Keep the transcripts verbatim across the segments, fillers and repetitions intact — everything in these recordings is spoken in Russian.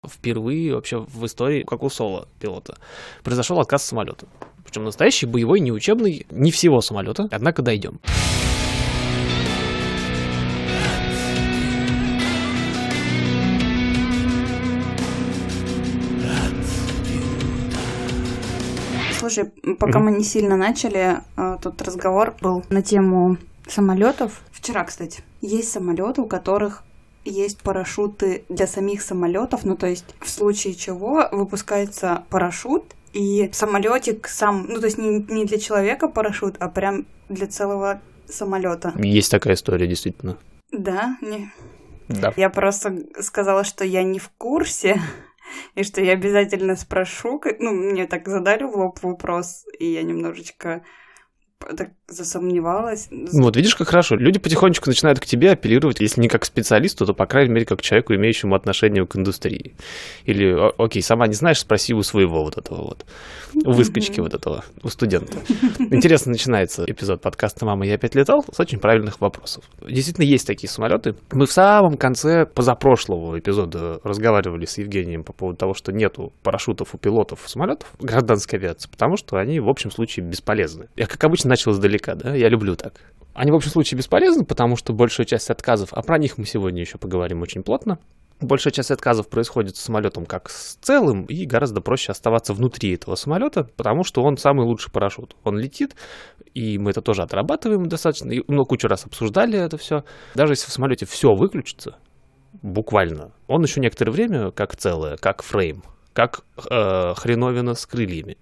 Впервые вообще в истории, как у соло-пилота, произошел отказ самолета. Причем настоящий, боевой, не учебный, не всего самолета. Однако дойдем. Слушай, пока mm-hmm. мы не сильно начали, тут разговор был на тему самолетов. Вчера, кстати, есть самолеты, у которых есть парашюты для самих самолетов, ну то есть в случае чего выпускается парашют, и самолетик сам, ну то есть не, не для человека парашют, а прям для целого самолета. Есть такая история, действительно. Да? Не... Да. Я просто сказала, что я не в курсе, и что я обязательно спрошу. Ну, мне так задали в лоб вопрос, и я немножечко так засомневалась. Ну, вот видишь, как хорошо. Люди потихонечку начинают к тебе апеллировать, если не как к специалисту, то, по крайней мере, как к человеку, имеющему отношение к индустрии. Или, окей, сама не знаешь, спроси у своего вот этого вот, у выскочки mm-hmm. вот этого, у студента. Интересно начинается эпизод подкаста «Мама, я опять летал» с очень правильных вопросов. Действительно, есть такие самолеты. Мы в самом конце позапрошлого эпизода разговаривали с Евгением по поводу того, что нету парашютов у пилотов самолетов гражданской авиации, потому что они, в общем случае, бесполезны. Я, как обычно, начал издалека, да, я люблю так. Они в общем случае бесполезны, потому что большая часть отказов, а про них мы сегодня еще поговорим очень плотно, большая часть отказов происходит с самолетом как с целым, и гораздо проще оставаться внутри этого самолета, потому что он самый лучший парашют. Он летит, и мы это тоже отрабатываем достаточно, и много кучу раз обсуждали это все. Даже если в самолете все выключится, буквально, он еще некоторое время как целое, как фрейм, как э, хреновина с крыльями,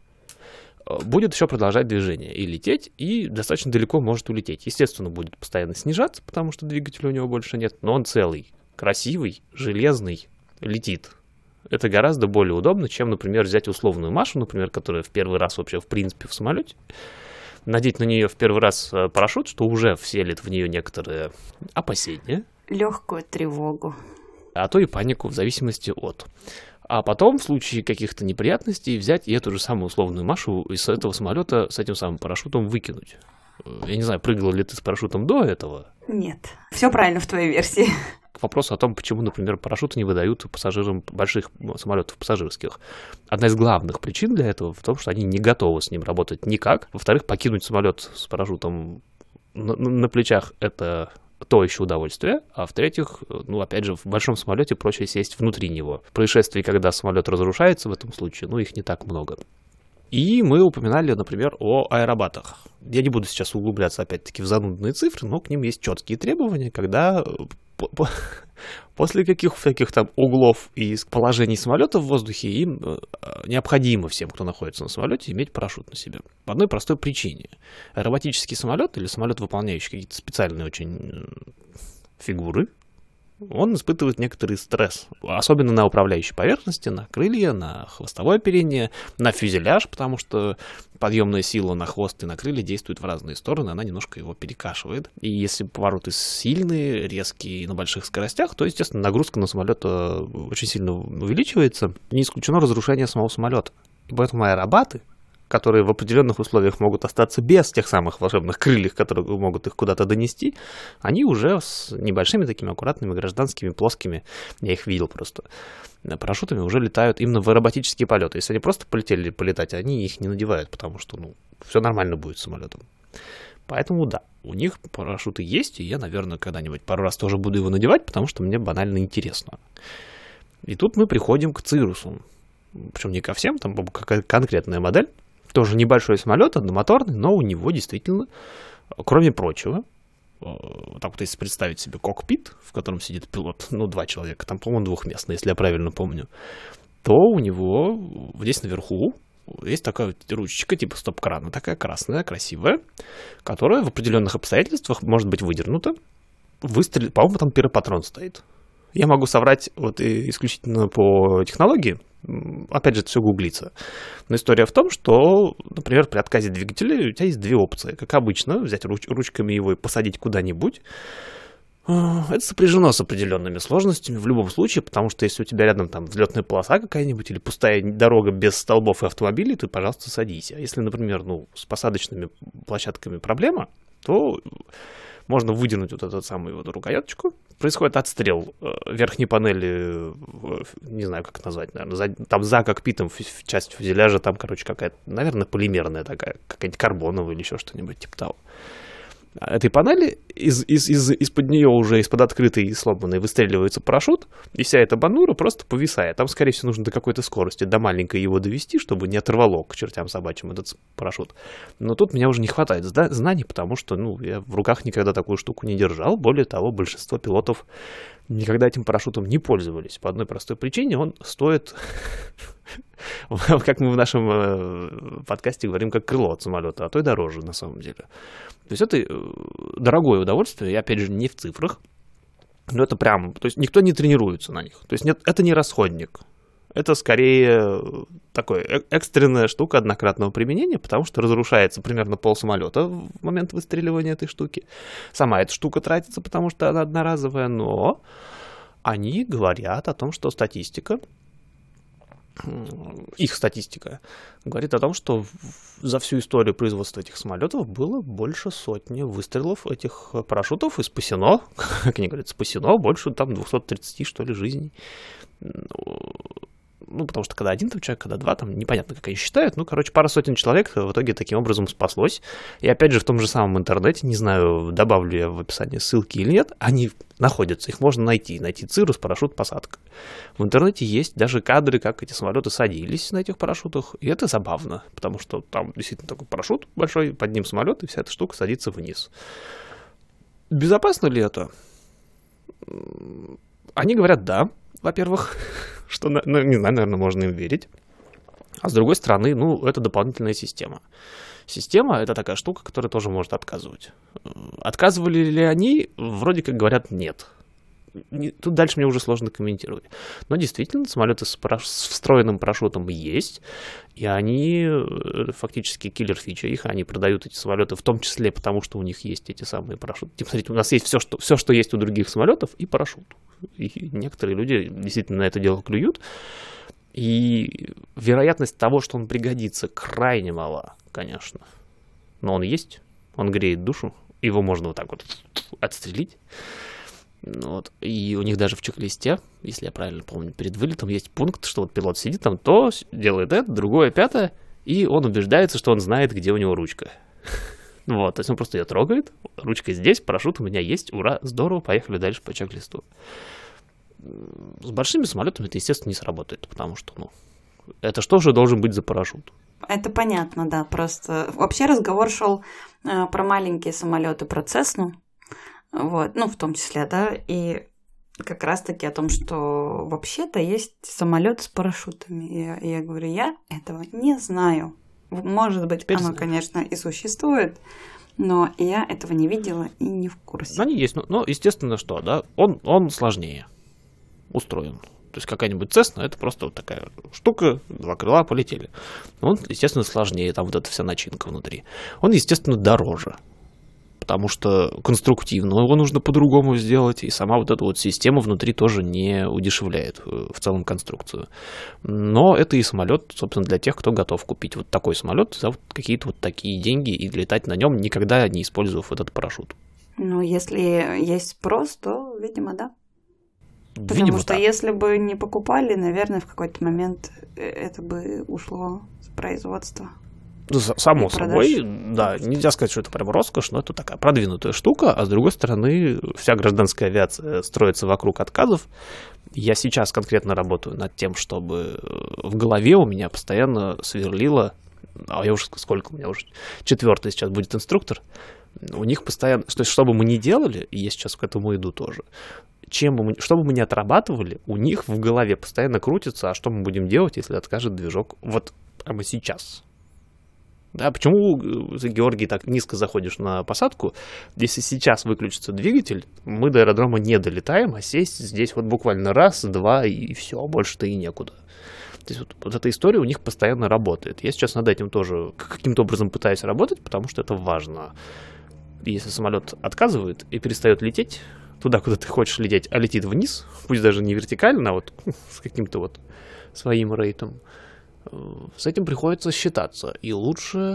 будет еще продолжать движение и лететь, и достаточно далеко может улететь. Естественно, будет постоянно снижаться, потому что двигателя у него больше нет, но он целый, красивый, железный, летит. Это гораздо более удобно, чем, например, взять условную Машу, например, которая в первый раз вообще в принципе в самолете, надеть на нее в первый раз парашют, что уже вселит в нее некоторые опасения. Легкую тревогу. А то и панику, в зависимости от... А потом, в случае каких-то неприятностей, взять и эту же самую условную Машу из этого самолета с этим самым парашютом выкинуть. Я не знаю, прыгала ли ты с парашютом до этого? Нет. Все правильно в твоей версии. К вопросу о том, почему, например, парашюты не выдают пассажирам больших самолетов пассажирских. Одна из главных причин для этого в том, что они не готовы с ним работать никак. Во-вторых, покинуть самолет с парашютом на, на плечах – это... то еще удовольствие, а в-третьих, ну, опять же, в большом самолете проще сесть внутри него. Происшествий, когда самолет разрушается в этом случае, ну, их не так много. И мы упоминали, например, о аэробатах. Я не буду сейчас углубляться, опять-таки, в занудные цифры, но к ним есть четкие требования, когда после каких всяких там углов и положений самолета в воздухе им необходимо всем, кто находится на самолете, иметь парашют на себе. По одной простой причине. Аэробатический самолет или самолет, выполняющий какие-то специальные очень фигуры, он испытывает некоторый стресс, особенно на управляющей поверхности, на крылья, на хвостовое оперение, на фюзеляж, потому что подъемная сила на хвост и на крылья действует в разные стороны, она немножко его перекашивает. И если повороты сильные, резкие на больших скоростях, то, естественно, нагрузка на самолет очень сильно увеличивается. Не исключено разрушение самого самолета. И поэтому аэробаты, которые в определенных условиях могут остаться без тех самых волшебных крыльев, которые могут их куда-то донести, они уже с небольшими такими аккуратными гражданскими плоскими, я их видел просто, парашютами уже летают именно в аэробатические полеты. Если они просто полетели полетать, они их не надевают, потому что, ну, все нормально будет с самолетом. Поэтому да, у них парашюты есть, и я, наверное, когда-нибудь пару раз тоже буду его надевать, потому что мне банально интересно. И тут мы приходим к Цирусу. Причем не ко всем, там какая-то конкретная модель. Тоже небольшой самолет, одномоторный, но у него действительно, кроме прочего, так вот если представить себе кокпит, в котором сидит пилот, ну, два человека, там, по-моему, двухместный, если я правильно помню, то у него здесь наверху есть такая ручечка типа стоп-крана, такая красная, красивая, которая в определенных обстоятельствах может быть выдернута, выстрелит, по-моему, там пиропатрон стоит. Я могу соврать вот исключительно по технологии, опять же, это все гуглится. Но история в том, что, например, при отказе двигателя у тебя есть две опции. Как обычно, взять руч- ручками его и посадить куда-нибудь. Это сопряжено с определенными сложностями в любом случае, потому что если у тебя рядом там взлетная полоса какая-нибудь или пустая дорога без столбов и автомобилей, то, пожалуйста, садись. А если, например, ну, с посадочными площадками проблема, то можно выдернуть вот эту самую вот рукояточку, происходит отстрел верхней панели, не знаю, как назвать, наверное, за, там за кокпитом часть фюзеляжа, там, короче, какая-то, наверное, полимерная такая, какая-нибудь карбоновая или еще что-нибудь типа того. Этой панели, из, из, из, из-под нее уже, из-под открытой и сломанной выстреливается парашют, и вся эта бандура просто повисает. Там, скорее всего, нужно до какой-то скорости, до маленькой его довести, чтобы не оторвало к чертям собачьим этот парашют. Но тут меня уже не хватает знаний, потому что, ну, я в руках никогда такую штуку не держал. Более того, большинство пилотов никогда этим парашютом не пользовались. По одной простой причине: он стоит, как мы в нашем подкасте говорим, как крыло от самолета, а то и дороже на самом деле. То есть это дорогое удовольствие, и опять же не в цифрах, но это прям, то есть никто не тренируется на них. То есть нет, это не расходник, это скорее такая экстренная штука однократного применения, потому что разрушается примерно полсамолета в момент выстреливания этой штуки. Сама эта штука тратится, потому что она одноразовая, но они говорят о том, что статистика, их статистика говорит о том, что за всю историю производства этих самолетов было больше сотни выстрелов этих парашютов, и спасено, как они говорят, спасено больше там двести тридцать, что ли, жизней. Ну, потому что когда один там человек, когда два, там непонятно, как они считают. Ну, короче, пара сотен человек в итоге таким образом спаслось. И опять же, в том же самом интернете, не знаю, добавлю я в описание ссылки или нет, они находятся, их можно найти. Найти Цирус, парашют, посадка. В интернете есть даже кадры, как эти самолеты садились на этих парашютах. И это забавно, потому что там действительно такой парашют большой, под ним самолет, и вся эта штука садится вниз. Безопасно ли это? Они говорят «да», во-первых, что, ну, не знаю, наверное, можно им верить. А с другой стороны, ну, это дополнительная система. Система — это такая штука, которая тоже может отказывать. Отказывали ли они? Вроде как говорят «нет». Тут дальше мне уже сложно комментировать. Но действительно, самолеты с, параш... с встроенным парашютом есть, и они фактически киллер-фича их, они продают эти самолеты в том числе потому, что у них есть эти самые парашюты. Типа, смотрите, у нас есть все, что, все, что есть у других самолетов, и парашют. И некоторые люди действительно на это дело клюют. И вероятность того, что он пригодится, крайне мала, конечно. Но он есть, он греет душу, его можно вот так вот отстрелить. Вот. И у них даже в чек-листе, если я правильно помню, перед вылетом есть пункт, что вот пилот сидит там, то делает это, другое, пятое, и он убеждается, что он знает, где у него ручка. Вот, то есть он просто ее трогает, ручка здесь, парашют у меня есть, ура, здорово, поехали дальше по чек-листу. С большими самолетами это, естественно, не сработает, потому что, ну, это что же должен быть за парашют? Это понятно, да, просто вообще разговор шел э, про маленькие самолеты, про Цесну. Вот, ну, в том числе, да, и как раз-таки о том, что вообще-то есть самолет с парашютами. И я, и я говорю, я этого не знаю. Может быть, Теперь оно, знаю. конечно, и существует, но я этого не видела и не в курсе. Они есть, но, но естественно, что, да, он, он сложнее устроен. То есть какая-нибудь Цесна — это просто вот такая штука, два крыла, полетели. Он, естественно, сложнее, там вот эта вся начинка внутри. Он, естественно, дороже. Потому что конструктивно его нужно по-другому сделать, и сама вот эта вот система внутри тоже не удешевляет в целом конструкцию. Но это и самолет, собственно, для тех, кто готов купить вот такой самолет за вот какие-то вот такие деньги и летать на нем, никогда не использовав этот парашют. Ну, если есть спрос, то, видимо, да. Потому Видимо, что да. если бы не покупали, наверное, в какой-то момент это бы ушло с производства. Само собой, да, нельзя сказать, что это прям роскошь, но это такая продвинутая штука, а с другой стороны, вся гражданская авиация строится вокруг отказов. Я сейчас конкретно работаю над тем, чтобы в голове у меня постоянно сверлило, а я уже сколько, у меня уже четвертый сейчас будет инструктор, у них постоянно, то есть, что бы мы ни делали, и я сейчас к этому иду тоже, чем бы мы, что бы мы ни отрабатывали, у них в голове постоянно крутится, а что мы будем делать, если откажет движок вот прямо сейчас. Да, почему, Георгий, так низко заходишь на посадку? Если сейчас выключится двигатель, мы до аэродрома не долетаем, а сесть здесь вот буквально раз, два и все, больше-то и некуда. То есть вот, вот эта история у них постоянно работает. Я сейчас над этим тоже каким-то образом пытаюсь работать, потому что это важно. Если самолет отказывает и перестает лететь туда, куда ты хочешь лететь, а летит вниз, пусть даже не вертикально, а вот с каким-то вот своим рейтом, с этим приходится считаться. И лучше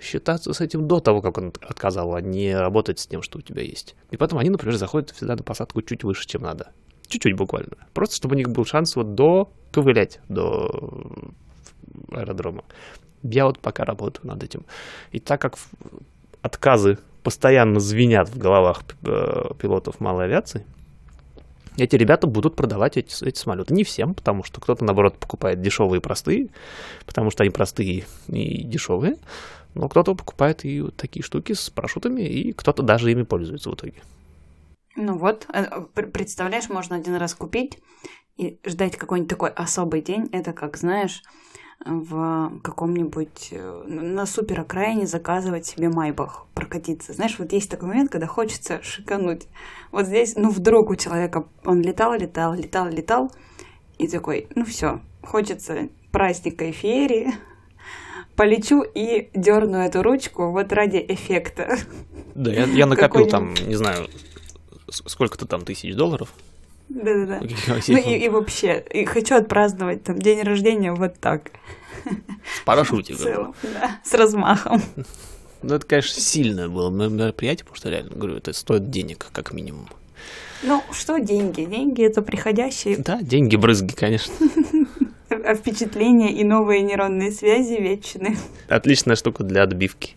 считаться с этим до того, как он отказал, а не работать с тем, что у тебя есть. И потом они, например, заходят всегда на посадку чуть выше, чем надо. Чуть-чуть буквально. Просто чтобы у них был шанс вот доковылять до аэродрома. Я вот пока работаю над этим. И так как отказы постоянно звенят в головах пилотов малой авиации, эти ребята будут продавать эти, эти самолеты. Не всем, потому что кто-то, наоборот, покупает дешевые и простые, потому что они простые и дешевые, но кто-то покупает и вот такие штуки с парашютами, и кто-то даже ими пользуется в итоге. Ну вот, представляешь, можно один раз купить и ждать какой-нибудь такой особый день. Это как, знаешь, в каком-нибудь, на супер окраине заказывать себе Майбах, прокатиться. Знаешь, вот есть такой момент, когда хочется шикануть. Вот здесь, ну, вдруг у человека, он летал, летал, летал, летал, и такой, ну все, хочется праздника и феерии, полечу и дерну эту ручку вот ради эффекта. Да, я, я накопил там, не знаю, сколько-то там тысяч долларов. Да-да-да. Ну и, и вообще, и хочу отпраздновать там день рождения вот так. С парашютиком. В целом, да, с размахом. Ну, это, конечно, сильное было мероприятие, потому что, реально, говорю, это стоит денег, как минимум. Ну, что деньги? Деньги — это приходящие... Да, деньги-брызги, конечно. А впечатления и новые нейронные связи вечны. Отличная штука для отбивки.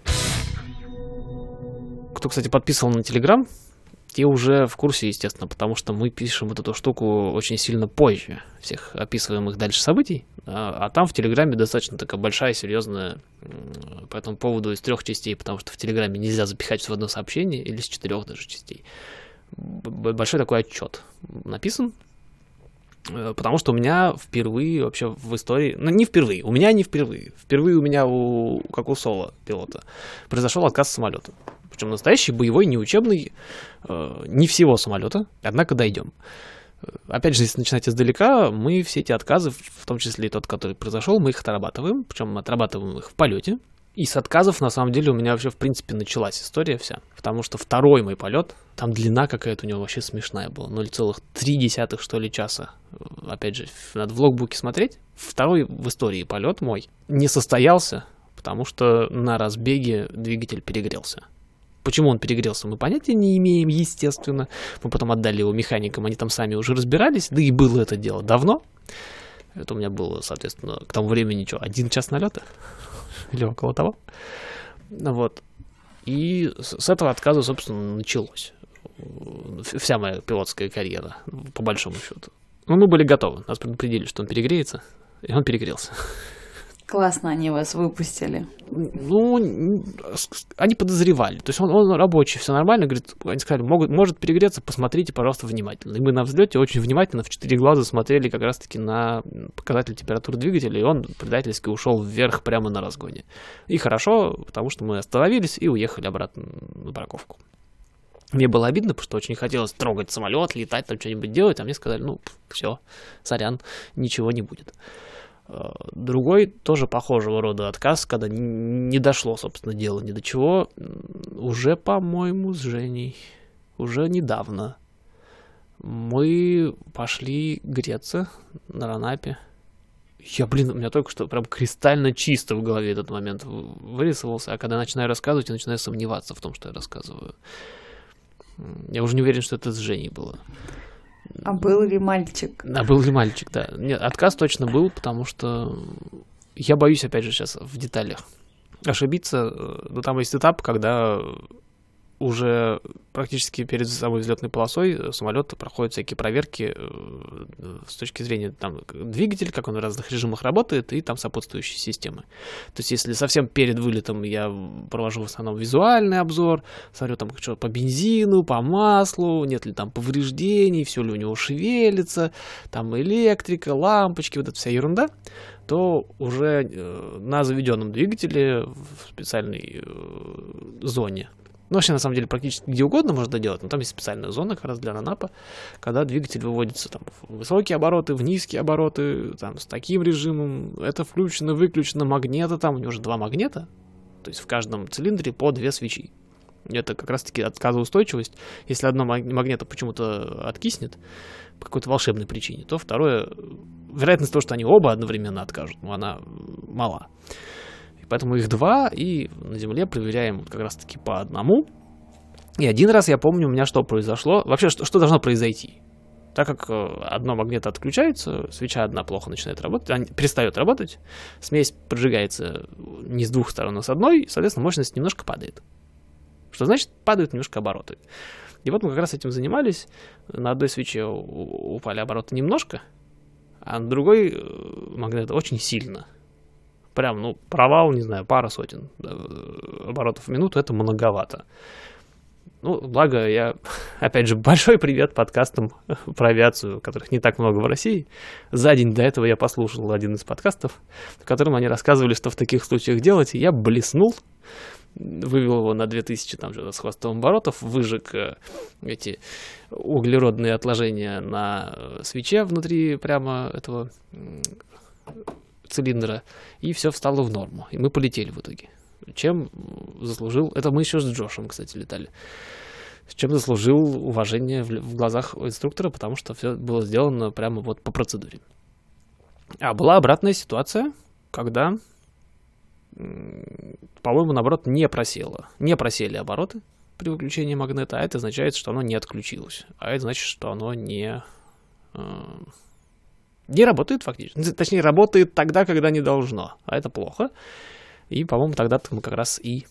Кто, кстати, подписывал на Телеграм, те уже в курсе, естественно, потому что мы пишем вот эту штуку очень сильно позже всех описываемых дальше событий, а, а там в Телеграме достаточно такая большая, серьезная по этому поводу из трех частей, потому что в Телеграме нельзя запихать все в одно сообщение, или с четырех даже частей. Большой такой отчет написан, потому что у меня впервые вообще в истории, ну не впервые, у меня не впервые, впервые у меня, у, как у соло-пилота, произошел отказ самолета. Причем настоящий, боевой, не учебный, э, не всего самолета, однако дойдем. Опять же, если начинать издалека, мы все эти отказы, в том числе и тот, который произошел, мы их отрабатываем, причем отрабатываем их в полете. И с отказов, на самом деле, у меня вообще, в принципе, началась история вся, потому что второй мой полет, там длина какая-то у него вообще смешная была, ноль целых три десятых, что ли, часа. Опять же, надо в логбуке смотреть. Второй в истории полет мой не состоялся, потому что на разбеге двигатель перегрелся. Почему он перегрелся, мы понятия не имеем, естественно. Мы потом отдали его механикам, они там сами уже разбирались, да и было это дело давно. Это у меня было, соответственно, к тому времени, что, один час налета? Или около того. Вот. И с этого отказа, собственно, началось. Вся моя пилотская карьера, по большому счету. Но мы были готовы, нас предупредили, что он перегреется, и он перегрелся. Классно они вас выпустили. Ну, они подозревали. То есть он, он рабочий, все нормально. Говорит, они сказали, могут, может перегреться, посмотрите, пожалуйста, внимательно. И мы на взлете очень внимательно в четыре глаза смотрели как раз-таки на показатель температуры двигателя, и он предательски ушел вверх прямо на разгоне. И хорошо, потому что мы остановились и уехали обратно на парковку. Мне было обидно, потому что очень хотелось трогать самолет, летать, там что-нибудь делать, а мне сказали, ну, все, сорян, ничего не будет. Другой, тоже похожего рода отказ, когда не дошло, собственно, дело ни до чего, уже, по-моему, с Женей, уже недавно мы пошли греться на Ранапе. Я, блин, у меня только что прям кристально чисто в голове этот момент вырисовался, а когда я начинаю рассказывать, я начинаю сомневаться в том, что я рассказываю. Я уже не уверен, что это с Женей было. А был ли мальчик? А был ли мальчик, да. Нет, отказ точно был, потому что я боюсь, опять же, сейчас в деталях ошибиться. Но там есть этап, когда уже практически перед самой взлетной полосой самолет проходит всякие проверки с точки зрения там, двигателя, как он в разных режимах работает, и там сопутствующие системы. То есть, если совсем перед вылетом я провожу в основном визуальный обзор, смотрю там что по бензину, по маслу, нет ли там повреждений, все ли у него шевелится, там электрика, лампочки, вот эта вся ерунда, то уже на заведенном двигателе в специальной зоне, ну, вообще, на самом деле, практически где угодно можно делать, но там есть специальная зона как раз для Ранапа, когда двигатель выводится там, в высокие обороты, в низкие обороты, там, с таким режимом, это включено, выключено, магнета, там у него уже два магнета, то есть в каждом цилиндре по две свечи. Это как раз-таки отказоустойчивость. Если одно магнето почему-то откиснет по какой-то волшебной причине, то второе, вероятность того, что они оба одновременно откажут, ну, она мала. Поэтому их два, и на Земле проверяем как раз-таки по одному. И один раз я помню, у меня что произошло. Вообще, что, что должно произойти? Так как одно магнито отключается, свеча одна плохо начинает работать, она перестает работать, смесь поджигается не с двух сторон, а с одной, соответственно, мощность немножко падает. Что значит, падают немножко обороты. И вот мы как раз этим занимались. На одной свече упали обороты немножко, а на другой магнит очень сильно. Прям, ну, провал, не знаю, пара сотен оборотов в минуту, это многовато. Ну, благо, я, опять же, большой привет подкастам про авиацию, которых не так много в России. За день до этого я послушал один из подкастов, в котором они рассказывали, что в таких случаях делать. И я блеснул, вывел его на две тысячи там, с хвостом оборотов, выжег эти углеродные отложения на свече внутри прямо этого цилиндра, и все встало в норму. И мы полетели в итоге. Чем заслужил... Это мы еще с Джошем, кстати, летали. Чем заслужил уважение в, в глазах инструктора, потому что все было сделано прямо вот по процедуре. А была обратная ситуация, когда, по-моему, наоборот, не просело. Не просели обороты при выключении магнита, а это означает, что оно не отключилось. А это значит, что оно не... не работает фактически. Точнее, работает тогда, когда не должно. А это плохо. И, по-моему, тогда-то мы как раз и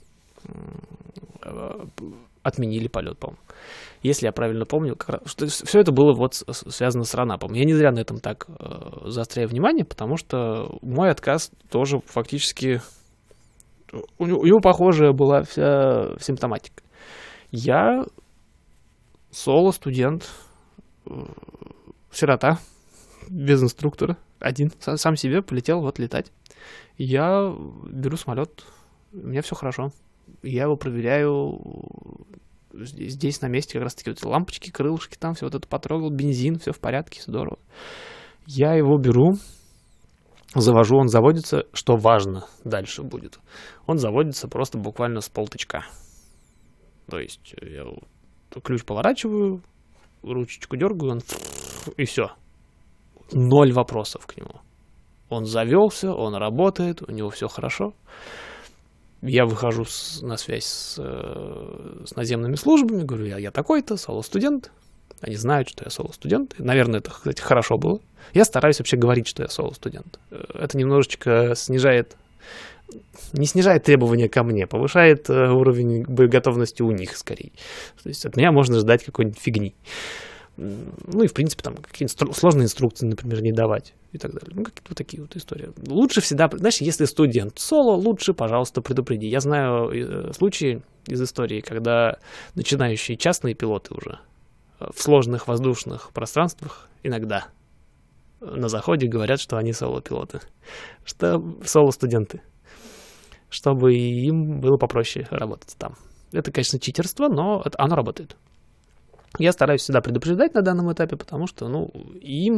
отменили полет, по-моему. Если я правильно помню, как раз, что все это было вот связано с ранапом. Я не зря на этом так э, заостряю внимание, потому что мой отказ тоже фактически... У него, у него похожая была вся симптоматика. Я соло-студент, сирота, без инструктора, один, сам себе полетел вот летать. Я беру самолет, у меня все хорошо. Я его проверяю здесь на месте, как раз таки вот лампочки, крылышки, там все вот это потрогал, бензин, все в порядке, здорово. Я его беру, завожу, он заводится, что важно дальше будет. Он заводится просто буквально с полтычка. То есть я ключ поворачиваю, ручечку дергаю, он и все. Ноль вопросов к нему. Он завелся, он работает, у него все хорошо. Я выхожу с, на связь с, с наземными службами, говорю, я, я такой-то, соло-студент. Они знают, что я соло-студент. Наверное, это, кстати, хорошо было. Я стараюсь вообще говорить, что я соло-студент. Это немножечко снижает, не снижает требования ко мне, повышает уровень боеготовности у них скорее. То есть от меня можно ждать какой-нибудь фигни. Ну и, в принципе, там какие-то сложные инструкции, например, не давать и так далее. Ну, какие-то вот такие вот истории. Лучше всегда, знаешь, если студент соло, лучше, пожалуйста, предупреди. Я знаю случаи из истории, когда начинающие частные пилоты уже в сложных воздушных пространствах иногда на заходе говорят, что они соло-пилоты, что соло-студенты, чтобы им было попроще работать там. Это, конечно, читерство, но это, оно работает. Я стараюсь всегда предупреждать на данном этапе, потому что, ну, им...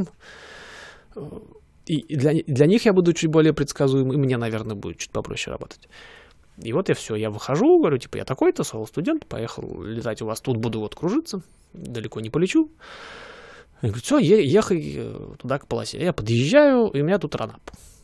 И для, для них я буду чуть более предсказуем, и мне, наверное, будет чуть попроще работать. И вот я все, я выхожу, говорю, типа, я такой-то, соло-студент, поехал летать у вас, тут буду вот кружиться, далеко не полечу. Я говорю, все, е- ехай туда к полосе. Я подъезжаю, и у меня тут ранап.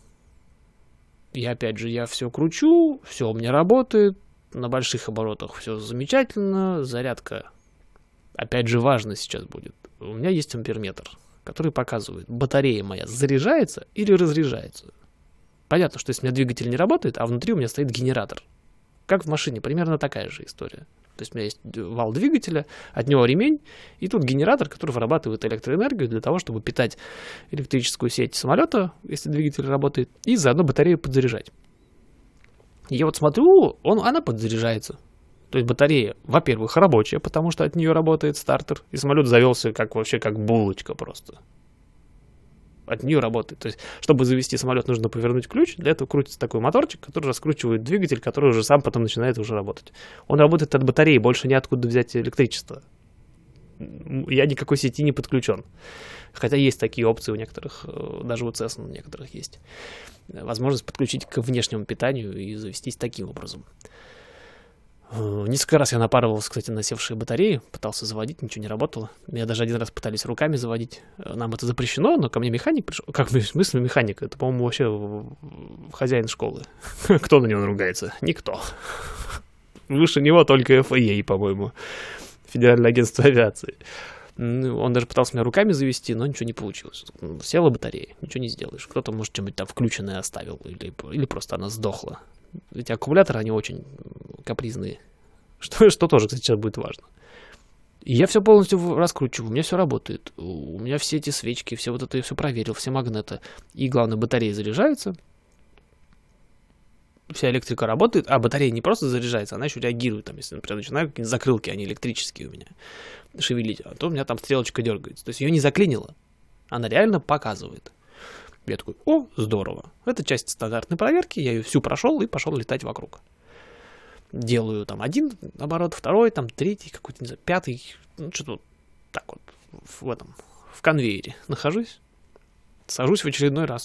И опять же, я все кручу, все у меня работает, на больших оборотах все замечательно, зарядка... Опять же, важно сейчас будет. У меня есть амперметр, который показывает, батарея моя заряжается или разряжается. Понятно, что если у меня двигатель не работает, а внутри у меня стоит генератор. Как в машине, примерно такая же история. То есть у меня есть вал двигателя, от него ремень, и тут генератор, который вырабатывает электроэнергию для того, чтобы питать электрическую сеть самолета, если двигатель работает, и заодно батарею подзаряжать. И я вот смотрю, он, она подзаряжается. То есть батарея, во-первых, рабочая, потому что от нее работает стартер, и самолет завелся как вообще как булочка просто. От нее работает. То есть, чтобы завести самолет, нужно повернуть ключ, для этого крутится такой моторчик, который раскручивает двигатель, который уже сам потом начинает уже работать. Он работает от батареи, больше неоткуда взять электричество. Я никакой сети не подключен. Хотя есть такие опции у некоторых, даже у Cessna у некоторых есть. Возможность подключить к внешнему питанию и завестись таким образом. Несколько раз я напарывался, кстати, на севшие батареи, пытался заводить, ничего не работало. Меня даже один раз пытались руками заводить. Нам это запрещено, но ко мне механик пришел. Как в смысле механик? Это, по-моему, вообще хозяин школы. Кто на него наругается? Никто. Выше него только эф эй эй, по-моему. Федеральное агентство авиации. Он даже пытался меня руками завести, но ничего не получилось. Села батарея, ничего не сделаешь. Кто-то, может, что-нибудь там включенное оставил, или, или просто она сдохла. Эти аккумуляторы, они очень капризные, что, что тоже, кстати, сейчас будет важно. И я все полностью раскручиваю, у меня все работает. У меня все эти свечки, все вот это я все проверил, все магниты. И, главное, батарея заряжается. Вся электрика работает, а батарея не просто заряжается, она еще реагирует. Там, если, например, начинаю какие-нибудь закрылки, они электрические у меня, шевелить, а то у меня там стрелочка дергается. То есть ее не заклинило, она реально показывает. Я такой, о, здорово. Это часть стандартной проверки, я ее всю прошел и пошел летать вокруг. Делаю там один оборот, второй, там третий, какой-то, не знаю, пятый, ну, что-то вот так вот в этом, в конвейере нахожусь, сажусь в очередной раз.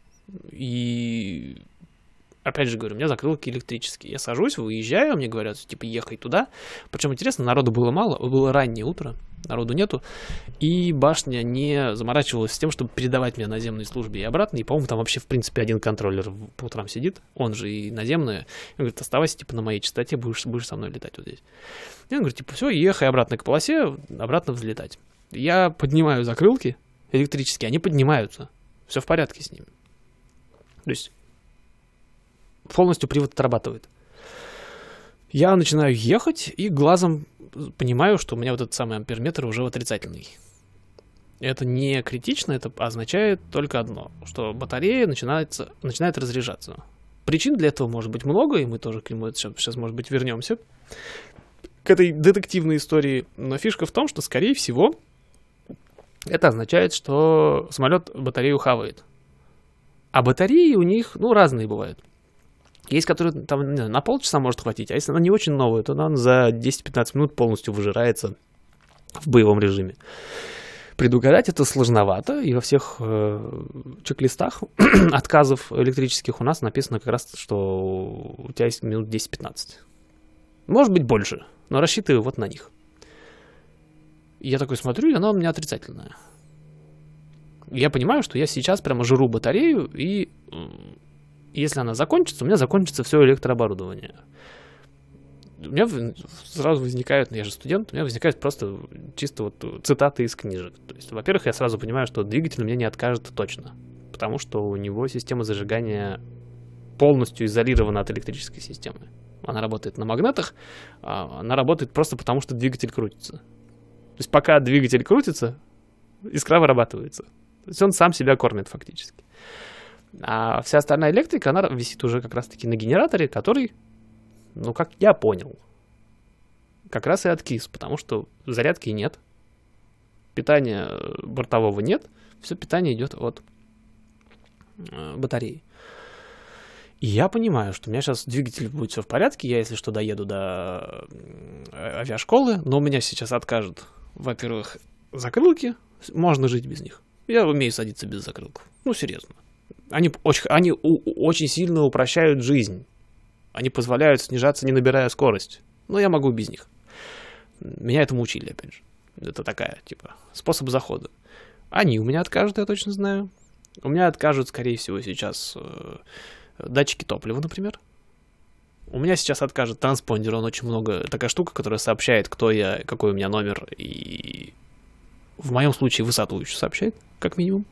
И опять же говорю, у меня закрылки электрические. Я сажусь, выезжаю, мне говорят, типа, ехай туда. Причем, интересно, народу было мало, было раннее утро, народу нету. И башня не заморачивалась с тем, чтобы передавать меня наземной службе и обратно. И, по-моему, там вообще, в принципе, один контроллер по утрам сидит, он же и наземная. Он говорит, оставайся, типа, на моей частоте, будешь, будешь со мной летать вот здесь. И он говорит, типа, все, ехай обратно к полосе, обратно взлетать. Я поднимаю закрылки электрические, они поднимаются. Все в порядке с ними. То есть полностью привод отрабатывает. Я начинаю ехать и глазом понимаю, что у меня вот этот самый амперметр уже отрицательный. Это не критично, это означает только одно, что батарея начинается, начинает разряжаться. Причин для этого может быть много, и мы тоже к нему сейчас, сейчас, может быть, вернемся, к этой детективной истории. Но фишка в том, что, скорее всего, это означает, что самолет батарею хавает. А батареи у них, ну, разные бывают. Есть, которые там, не знаю, на полчаса может хватить, а если она не очень новая, то она за десять-пятнадцать минут полностью выжирается в боевом режиме. Предугадать это сложновато, и во всех э, чек-листах отказов электрических у нас написано как раз, что у тебя есть минут десять-пятнадцать. Может быть больше, но рассчитываю вот на них. И я такой смотрю, и она у меня отрицательная. Я понимаю, что я сейчас прямо жру батарею, и если она закончится, у меня закончится все электрооборудование. У меня сразу возникают, я же студент, у меня возникают просто чисто вот цитаты из книжек. То есть, во-первых, я сразу понимаю, что двигатель у меня не откажет точно, потому что у него система зажигания полностью изолирована от электрической системы. Она работает на магнитах, она работает просто потому, что двигатель крутится. То есть, пока двигатель крутится, искра вырабатывается. То есть, он сам себя кормит фактически. А вся остальная электрика, она висит уже как раз-таки на генераторе, который, ну, как я понял, как раз и откис, потому что зарядки нет, питания бортового нет, все питание идет от э, батареи. И я понимаю, что у меня сейчас двигатель будет все в порядке, я, если что, доеду до авиашколы, но у меня сейчас откажут, во-первых, закрылки, можно жить без них. Я умею садиться без закрылков, ну, серьезно. Они очень, они у, очень сильно упрощают жизнь. Они позволяют снижаться, не набирая скорость. Но я могу без них. Меня этому учили, опять же. Это такая, типа, способ захода. Они у меня откажут, я точно знаю. У меня откажут, скорее всего, сейчас э, датчики топлива, например. У меня сейчас откажет транспондер. Он очень много... Такая штука, которая сообщает, кто я, какой у меня номер. И в моем случае высоту еще сообщает, как минимум.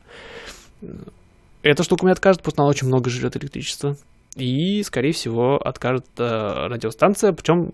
Эта штука мне откажет, потому что она очень много жрет электричества. И, скорее всего, откажет э, радиостанция. Причем,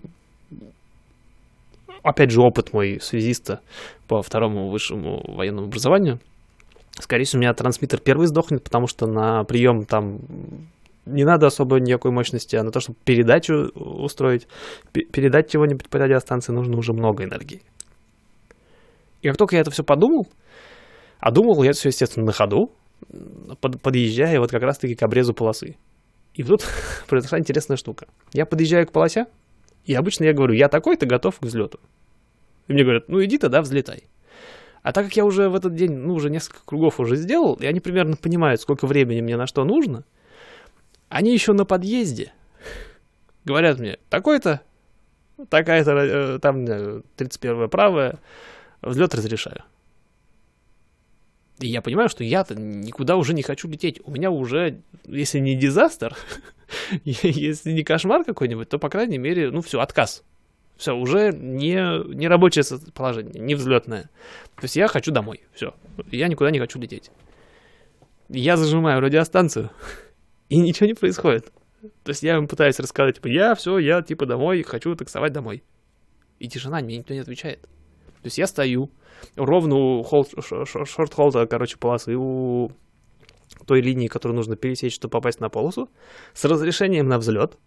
опять же, опыт мой связиста по второму высшему военному образованию. Скорее всего, у меня трансмиттер первый сдохнет, потому что на прием там не надо особо никакой мощности, а на то, чтобы передачу устроить, передать чего-нибудь по радиостанции, нужно уже много энергии. И как только я это все подумал, а думал я это все, естественно, на ходу, под, подъезжая вот как раз-таки к обрезу полосы. И тут произошла интересная штука. Я подъезжаю к полосе, и обычно я говорю, я такой-то готов к взлету. И мне говорят, ну иди тогда взлетай. А так как я уже в этот день, ну уже несколько кругов уже сделал, и они примерно понимают, сколько времени мне на что нужно, они еще на подъезде говорят мне, такой-то такая-то, там тридцать первая правая, взлет разрешаю. И я понимаю, что я-то никуда уже не хочу лететь. У меня уже, если не дизастер, если не кошмар какой-нибудь, то, по крайней мере, ну все, отказ. Все, уже не, не рабочее положение, не взлетное. То есть я хочу домой, все. Я никуда не хочу лететь. Я зажимаю радиостанцию, и ничего не происходит. То есть я им пытаюсь рассказать, типа, я все, я типа домой, хочу таксовать домой. И тишина, мне никто не отвечает. То есть я стою ровно у шорт-холда, короче, полосы, у той линии, которую нужно пересечь, чтобы попасть на полосу, с разрешением на взлет.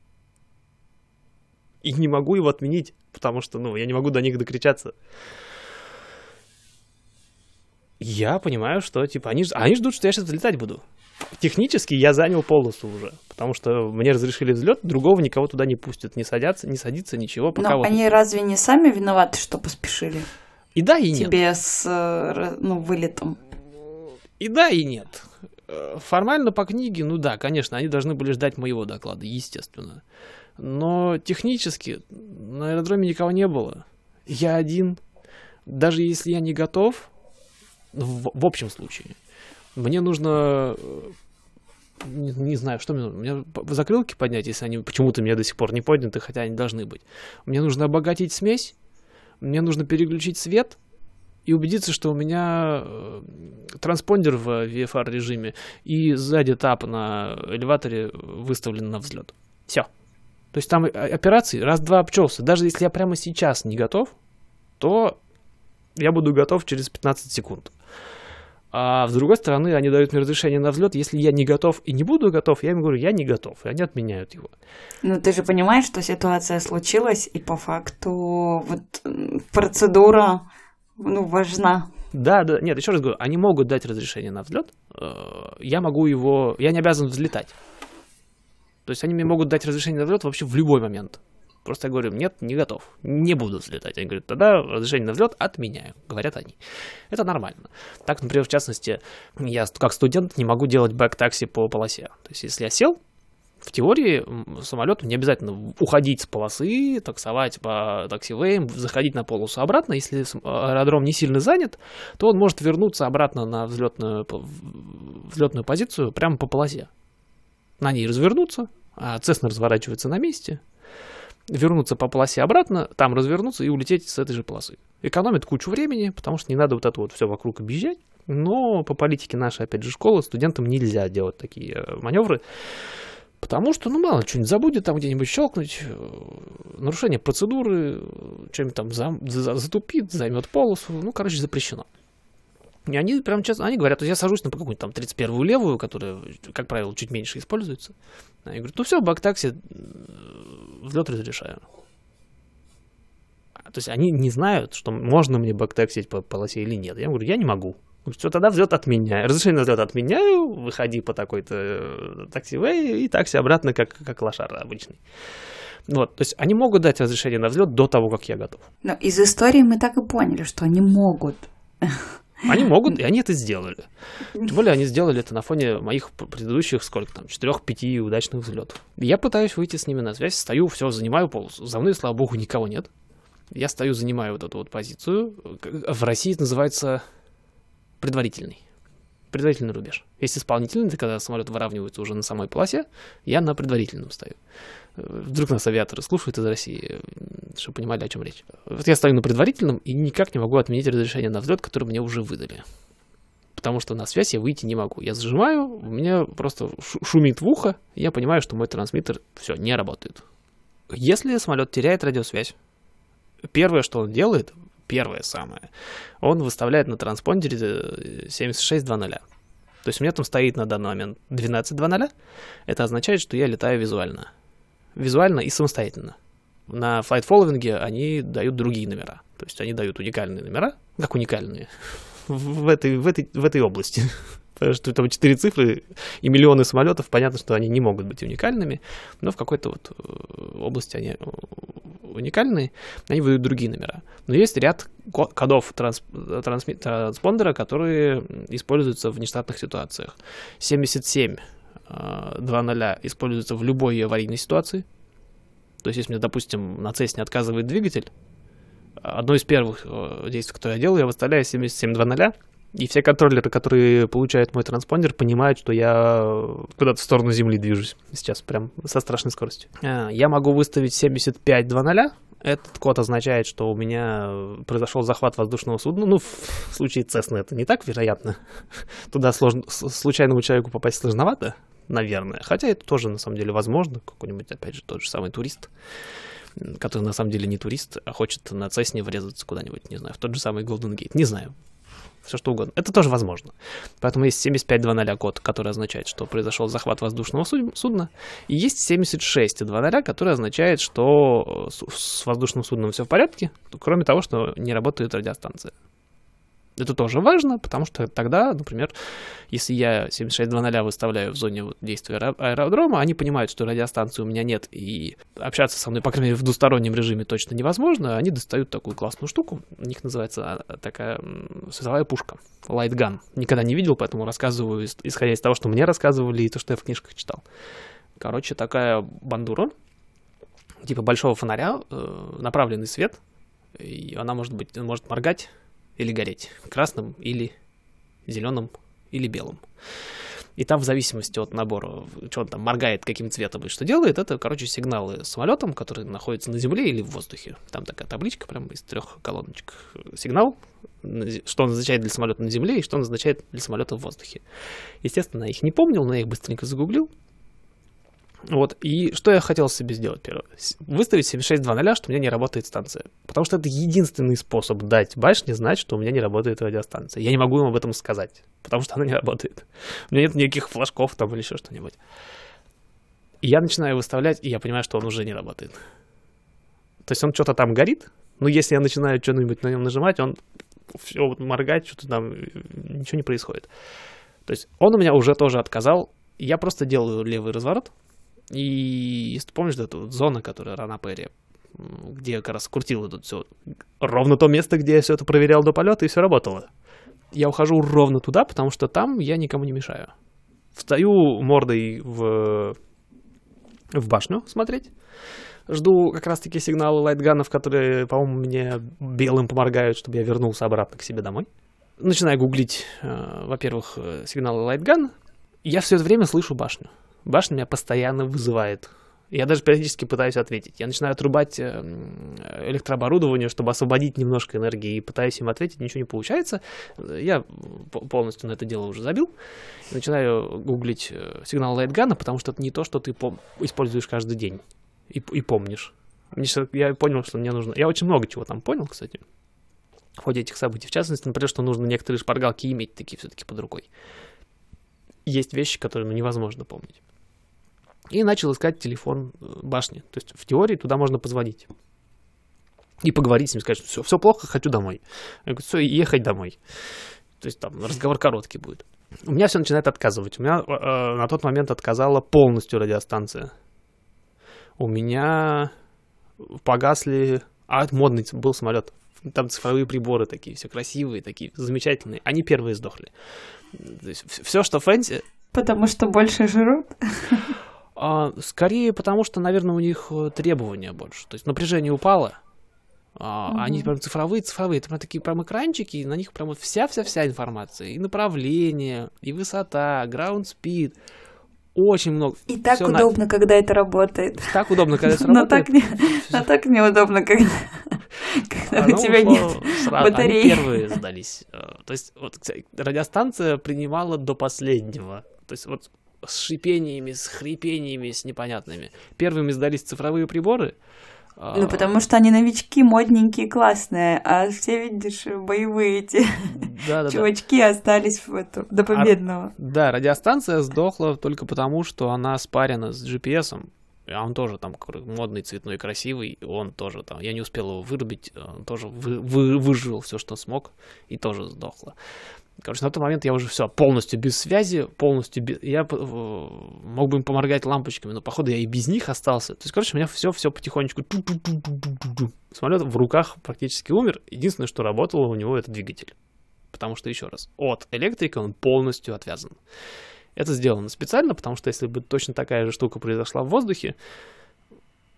И не могу его отменить, потому что, ну, я не могу до них докричаться. Я понимаю, что, типа, они, они ждут, что я сейчас взлетать буду. Технически я занял полосу уже, потому что мне разрешили взлет, другого никого туда не пустят, не садятся, не садится, ничего. Пока Но вот... они разве не сами виноваты, что поспешили? И да, и нет. Тебе с, ну, вылетом. И да, и нет. Формально по книге, ну да, конечно, они должны были ждать моего доклада, естественно. Но технически на аэродроме никого не было. Я один. Даже если я не готов, в, в общем случае, мне нужно, не, не знаю, что мне нужно, мне закрылки поднять, если они почему-то у меня до сих пор не подняты, хотя они должны быть. Мне нужно обогатить смесь, мне нужно переключить свет и убедиться, что у меня транспондер в ви эф ар режиме и сзади тап на элеваторе выставлен на взлет. Все. То есть там операции раз-два обчелся. Даже если я прямо сейчас не готов, то я буду готов через пятнадцать секунд. А с другой стороны, они дают мне разрешение на взлет. Если я не готов и не буду готов, я им говорю, я не готов, и они отменяют его. Ну, ты же понимаешь, что ситуация случилась, и по факту вот процедура, ну, важна. Да, да, нет, еще раз говорю, они могут дать разрешение на взлет, я могу его, я не обязан взлетать. То есть они мне могут дать разрешение на взлет вообще в любой момент. Просто я говорю, нет, не готов, не буду взлетать. Они говорят, тогда разрешение на взлет отменяю, говорят они. Это нормально. Так, например, в частности, я как студент не могу делать бэк-такси по полосе. То есть если я сел, в теории самолету не обязательно уходить с полосы, таксовать по таксивеям, заходить на полосу обратно. Если аэродром не сильно занят, то он может вернуться обратно на взлетную, взлетную позицию прямо по полосе. На ней развернуться, а Cessna разворачивается на месте, вернуться по полосе обратно, там развернуться и улететь с этой же полосы. Экономит кучу времени, потому что не надо вот это вот все вокруг объезжать. Но по политике нашей, опять же, школы, студентам нельзя делать такие маневры, потому что, ну, мало что-нибудь забудет там где-нибудь щелкнуть, нарушение процедуры, что-нибудь там за, за, затупит, займет полосу, ну, короче, запрещено. И они прям честно, они говорят, то есть я сажусь на какую-нибудь там тридцать первую левую, которая, как правило, чуть меньше используется. Они говорят, ну все, бэк-такси, взлет разрешаю. То есть они не знают, что можно мне бэк-таксить по полосе или нет. Я говорю, я не могу. Все, тогда взлет отменяю. Разрешение на взлет отменяю, выходи по такой-то таксивей и такси обратно, как, как лошара обычный. Вот, то есть они могут дать разрешение на взлет до того, как я готов. Но из истории мы так и поняли, что они могут. Они могут, и они это сделали. Тем более они сделали это на фоне моих предыдущих, сколько там, четырех-пяти удачных взлетов. Я пытаюсь выйти с ними на связь, стою, все, занимаю полосу. За мной, слава богу, никого нет. Я стою, занимаю вот эту вот позицию. В России это называется предварительный. Предварительный рубеж. Есть исполнительный, это когда самолет выравнивается уже на самой полосе, я на предварительном стою. Вдруг нас авиаторы слушают из России, чтобы понимали, о чем речь. Вот я стою на предварительном и никак не могу отменить разрешение на взлет, которое мне уже выдали. Потому что на связь я выйти не могу. Я зажимаю, у меня просто шумит в ухо, и я понимаю, что мой трансмиттер все, не работает. Если самолет теряет радиосвязь, первое, что он делает, первое самое, он выставляет на транспондере семьдесят шесть два ноль. То есть у меня там стоит на данный момент двенадцать два ноль. Это означает, что я летаю визуально. Визуально и самостоятельно. На Flight Following они дают другие номера. То есть они дают уникальные номера. Как уникальные? В этой, в этой, в этой области. Потому что там четыре цифры и миллионы самолетов. Понятно, что они не могут быть уникальными. Но в какой-то вот области они уникальные. Они выдают другие номера. Но есть ряд кодов транс, трансми, транспондера, которые используются в нештатных ситуациях. семьдесят семь два ноль используется в любой аварийной ситуации. То есть, если мне, допустим, на Цесне отказывает двигатель, одно из первых действий, которые я делаю, я выставляю семьдесят семь два ноль, и все контроллеры, которые получают мой транспондер, понимают, что я куда-то в сторону Земли движусь сейчас, прям со страшной скоростью. Я могу выставить семьдесят пять два ноль. Этот код означает, что у меня произошел захват воздушного судна. Ну, в случае Цесны это не так, вероятно. Туда сложно, случайному человеку попасть сложновато, наверное. Хотя это тоже, на самом деле, возможно. Какой-нибудь, опять же, тот же самый турист, который, на самом деле, не турист, а хочет на Цесне врезаться куда-нибудь, не знаю, в тот же самый Golden Gate. Не знаю. Все что угодно. Это тоже возможно. Поэтому есть семьдесят пять два ноль код, который означает, что произошел захват воздушного судна. И есть семьдесят шесть два ноль, который означает, что с воздушным судном все в порядке, кроме того, что не работает радиостанция. Это тоже важно, потому что тогда, например, если я семьдесят шесть два ноль выставляю в зоне действия аэродрома, они понимают, что радиостанции у меня нет, и общаться со мной, по крайней мере, в двустороннем режиме точно невозможно, они достают такую классную штуку, у них называется такая световая пушка, light gun. Никогда не видел, поэтому рассказываю, исходя из того, что мне рассказывали, и то, что я в книжках читал. Короче, такая бандура, типа большого фонаря, направленный свет, и она может быть, может моргать, или гореть красным, или зеленым, или белым. И там в зависимости от набора, что он там моргает, каким цветом и что делает, это, короче, сигналы самолетам, которые находятся на земле или в воздухе. Там такая табличка прямо из трех колоночек. Сигнал, что он означает для самолета на земле и что он означает для самолета в воздухе. Естественно, я их не помнил, но я их быстренько загуглил. Вот, и что я хотел себе сделать первое? Выставить семьдесят шесть два ноль, что у меня не работает станция. Потому что это единственный способ дать башне знать, что у меня не работает радиостанция. Я не могу им об этом сказать, потому что она не работает. У меня нет никаких флажков там или еще что-нибудь. И я начинаю выставлять, и я понимаю, что он уже не работает. То есть он что-то там горит, но если я начинаю что-нибудь на нем нажимать, он все вот моргает, что-то там, ничего не происходит. То есть он у меня уже тоже отказал. Я просто делаю левый разворот. И если ты помнишь, да, эту вот зона, которая Ранапери, где я как раз крутил это все, ровно то место, где я все это проверял до полета, и все работало. Я ухожу ровно туда, потому что там я никому не мешаю. Встаю мордой в, в башню смотреть. Жду как раз-таки сигналы лайтганов, которые, по-моему, мне белым поморгают, чтобы я вернулся обратно к себе домой. Начинаю гуглить, э, во-первых, сигналы лайтган. Я все это время слышу башню. Башня меня постоянно вызывает. Я даже периодически пытаюсь ответить. Я начинаю отрубать электрооборудование, чтобы освободить немножко энергии, и пытаюсь им ответить, ничего не получается. Я полностью на это дело уже забил. Начинаю гуглить сигнал лайтгана, потому что это не то, что ты используешь каждый день и, и помнишь. Я понял, что мне нужно... Я очень много чего там понял, кстати, в ходе этих событий. В частности, например, что нужно некоторые шпаргалки иметь такие все-таки под рукой. Есть вещи, которые ну, невозможно помнить. И начал искать телефон башни. То есть в теории туда можно позвонить. И поговорить с ним, сказать, что все, все плохо, хочу домой. Я говорю, все, ехать домой. То есть там разговор короткий будет. У меня все начинает отказывать. У меня э, на тот момент отказала полностью радиостанция. У меня погасли... А, это модный был самолет. Там цифровые приборы такие, все красивые, такие замечательные. Они первые сдохли. То есть все, что фэнси... Потому что больше жрут? А, скорее потому, что, наверное, у них требования больше. То есть напряжение упало, а, угу. Они прям цифровые, цифровые. Там такие прям экранчики, и на них прям вот вся-вся-вся информация. И направление, и высота, ground speed. Очень много. И так Всё удобно, на... когда это работает. Так удобно, когда это но работает. Так не... Но так неудобно, когда, когда у тебя нет батареи. Они первые сдались. То есть вот, радиостанция принимала до последнего. То есть вот с шипениями, с хрипениями, с непонятными. Первыми сдались цифровые приборы. Ну, потому что они новички, модненькие, классные, а все, видишь, боевые эти да, да, чувачки да. остались в эту, до победного. А, да, радиостанция сдохла только потому, что она спарена с джи пи эс-ом, а он тоже там модный, цветной, красивый, он тоже там, я не успел его вырубить, он тоже вы, вы, выжил все, что смог, и тоже сдохло. Короче, на тот момент я уже все, полностью без связи, полностью без... Я мог бы им поморгать лампочками, но, походу, я и без них остался. То есть, короче, у меня все-все потихонечку... Самолет в руках практически умер. Единственное, что работало у него, это двигатель. Потому что, еще раз, от электрика он полностью отвязан. Это сделано специально, потому что если бы точно такая же штука произошла в воздухе,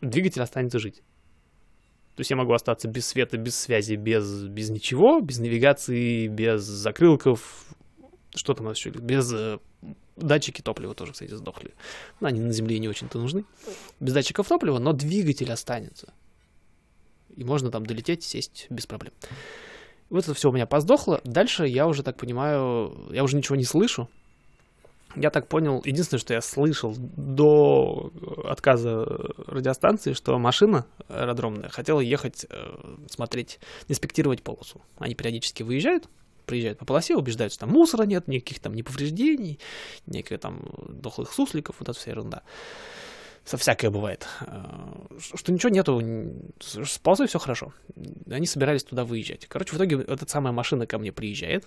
двигатель останется жить. То есть я могу остаться без света, без связи, без, без ничего, без навигации, без закрылков, что там у нас еще, без э, датчики топлива тоже, кстати, сдохли. Ну, они на Земле не очень-то нужны. Без датчиков топлива, но двигатель останется. И можно там долететь, сесть без проблем. Вот это все у меня поздохло. Дальше я уже так понимаю, я уже ничего не слышу. Я так понял, единственное, что я слышал до отказа радиостанции, что машина аэродромная хотела ехать, э, смотреть, инспектировать полосу. Они периодически выезжают, приезжают по полосе, убеждаются, там мусора нет, никаких там неповреждений, никаких там дохлых сусликов, вот эта вся ерунда. Со всякое бывает. Что ничего нету, с полосой все хорошо. Они собирались туда выезжать. Короче, в итоге эта самая машина ко мне приезжает.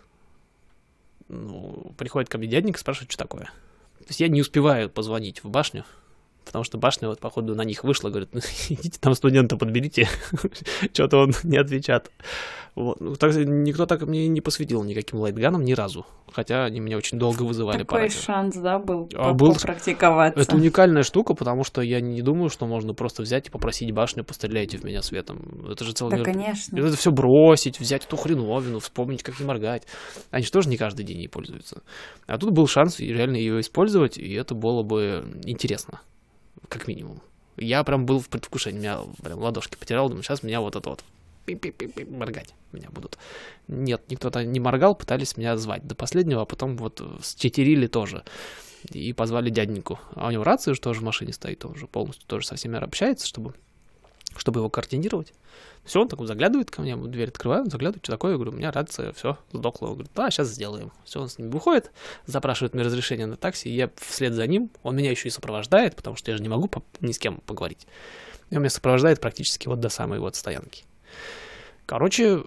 Ну, приходит ко мне дяденька, спрашивает, что такое. То есть я не успеваю позвонить в башню, потому что башня вот, походу, на них вышла, говорит, ну, идите там студента подберите, что-то он не отвечает. Вот. Так, никто так мне не посвятил никаким лайтганом ни разу, хотя они меня очень долго вызывали. Такой шанс, да, был, а, был попрактиковаться. Это уникальная штука, потому что я не думаю, что можно просто взять и попросить башню, постреляйте в меня светом. Это же целый да, мир. конечно. Это все бросить, взять эту хреновину, вспомнить, как не моргать. Они же тоже не каждый день ей пользуются. А тут был шанс реально ее использовать, и это было бы интересно, как минимум. Я прям был в предвкушении, у меня прям ладошки потирал, думаю, сейчас меня вот это вот пип-пип-пип моргать меня будут. Нет, никто-то не моргал, пытались меня звать до последнего, а потом вот счетерили тоже. И позвали дяденьку. А у него рация же тоже в машине стоит, он уже полностью тоже со всеми общается, чтобы, чтобы его координировать. Все, он так вот заглядывает ко мне, дверь открываю, он заглядывает, что такое, я говорю, у меня рация, все, сдохла. Он говорит, да, сейчас сделаем. Все, он с ним выходит, запрашивает мне разрешение на такси, и я вслед за ним, он меня еще и сопровождает, потому что я же не могу ни с кем поговорить. И он меня сопровождает практически вот до самой вот стоянки. Короче,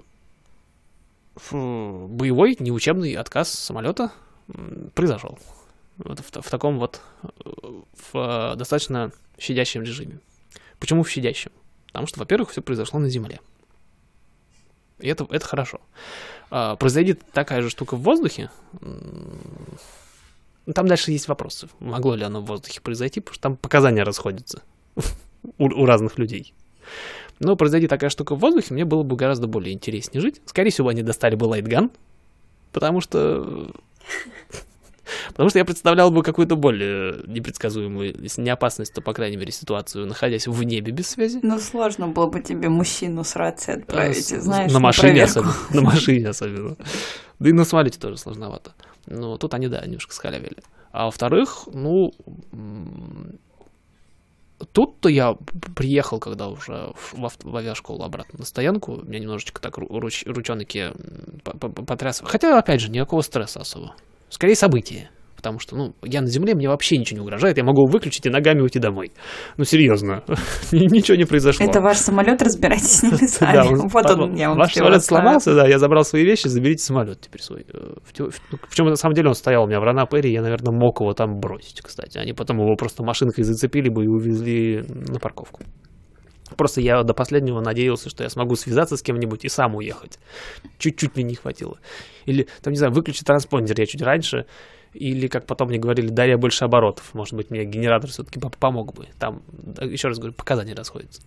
боевой, неучебный отказ самолета произошел. Вот в, в таком вот, в достаточно щадящем режиме. Почему в щадящем? Потому что, во-первых, все произошло на Земле. И это, это хорошо. А, произойдет такая же штука в воздухе. Там дальше есть вопросы. Могло ли оно в воздухе произойти, потому что там показания расходятся у, у разных людей. Но произойди такая штука в воздухе, мне было бы гораздо более интереснее жить. Скорее всего, они достали бы лайтган, потому что... Потому что я представлял бы какую-то более непредсказуемую, если не опасность, то, по крайней мере, ситуацию, находясь в небе без связи. Ну, сложно было бы тебе мужчину с рацией отправить, а, знаешь, на машине особенно. На машине особенно. Да и на самолете тоже сложновато. Но тут они, да, немножко схалявили. А во-вторых, ну... Тут-то я приехал, когда уже в, в авиашколу обратно на стоянку, меня немножечко так руч, ручонки потряс. Хотя, опять же, никакого стресса особо. Скорее, события. Потому что, ну, я на земле, мне вообще ничего не угрожает, я могу выключить и ногами уйти домой. Ну, серьезно, ничего не произошло. Это ваш самолет, разбирайтесь с ними сами. Вот он, я вам Ваш самолет сломался, да, я забрал свои вещи, заберите самолет теперь свой. Причем, на самом деле, он стоял у меня в Ранап-Эре, я, наверное, мог его там бросить, кстати. Они потом его просто машинкой зацепили бы и увезли на парковку. Просто я до последнего надеялся, что я смогу связаться с кем-нибудь и сам уехать. Чуть-чуть мне не хватило. Или, там, не знаю, выключить транспондер я чуть раньше. Или, как потом мне говорили, дай я больше оборотов. Может быть, мне генератор все-таки помог бы. Там, еще раз говорю, показания расходятся.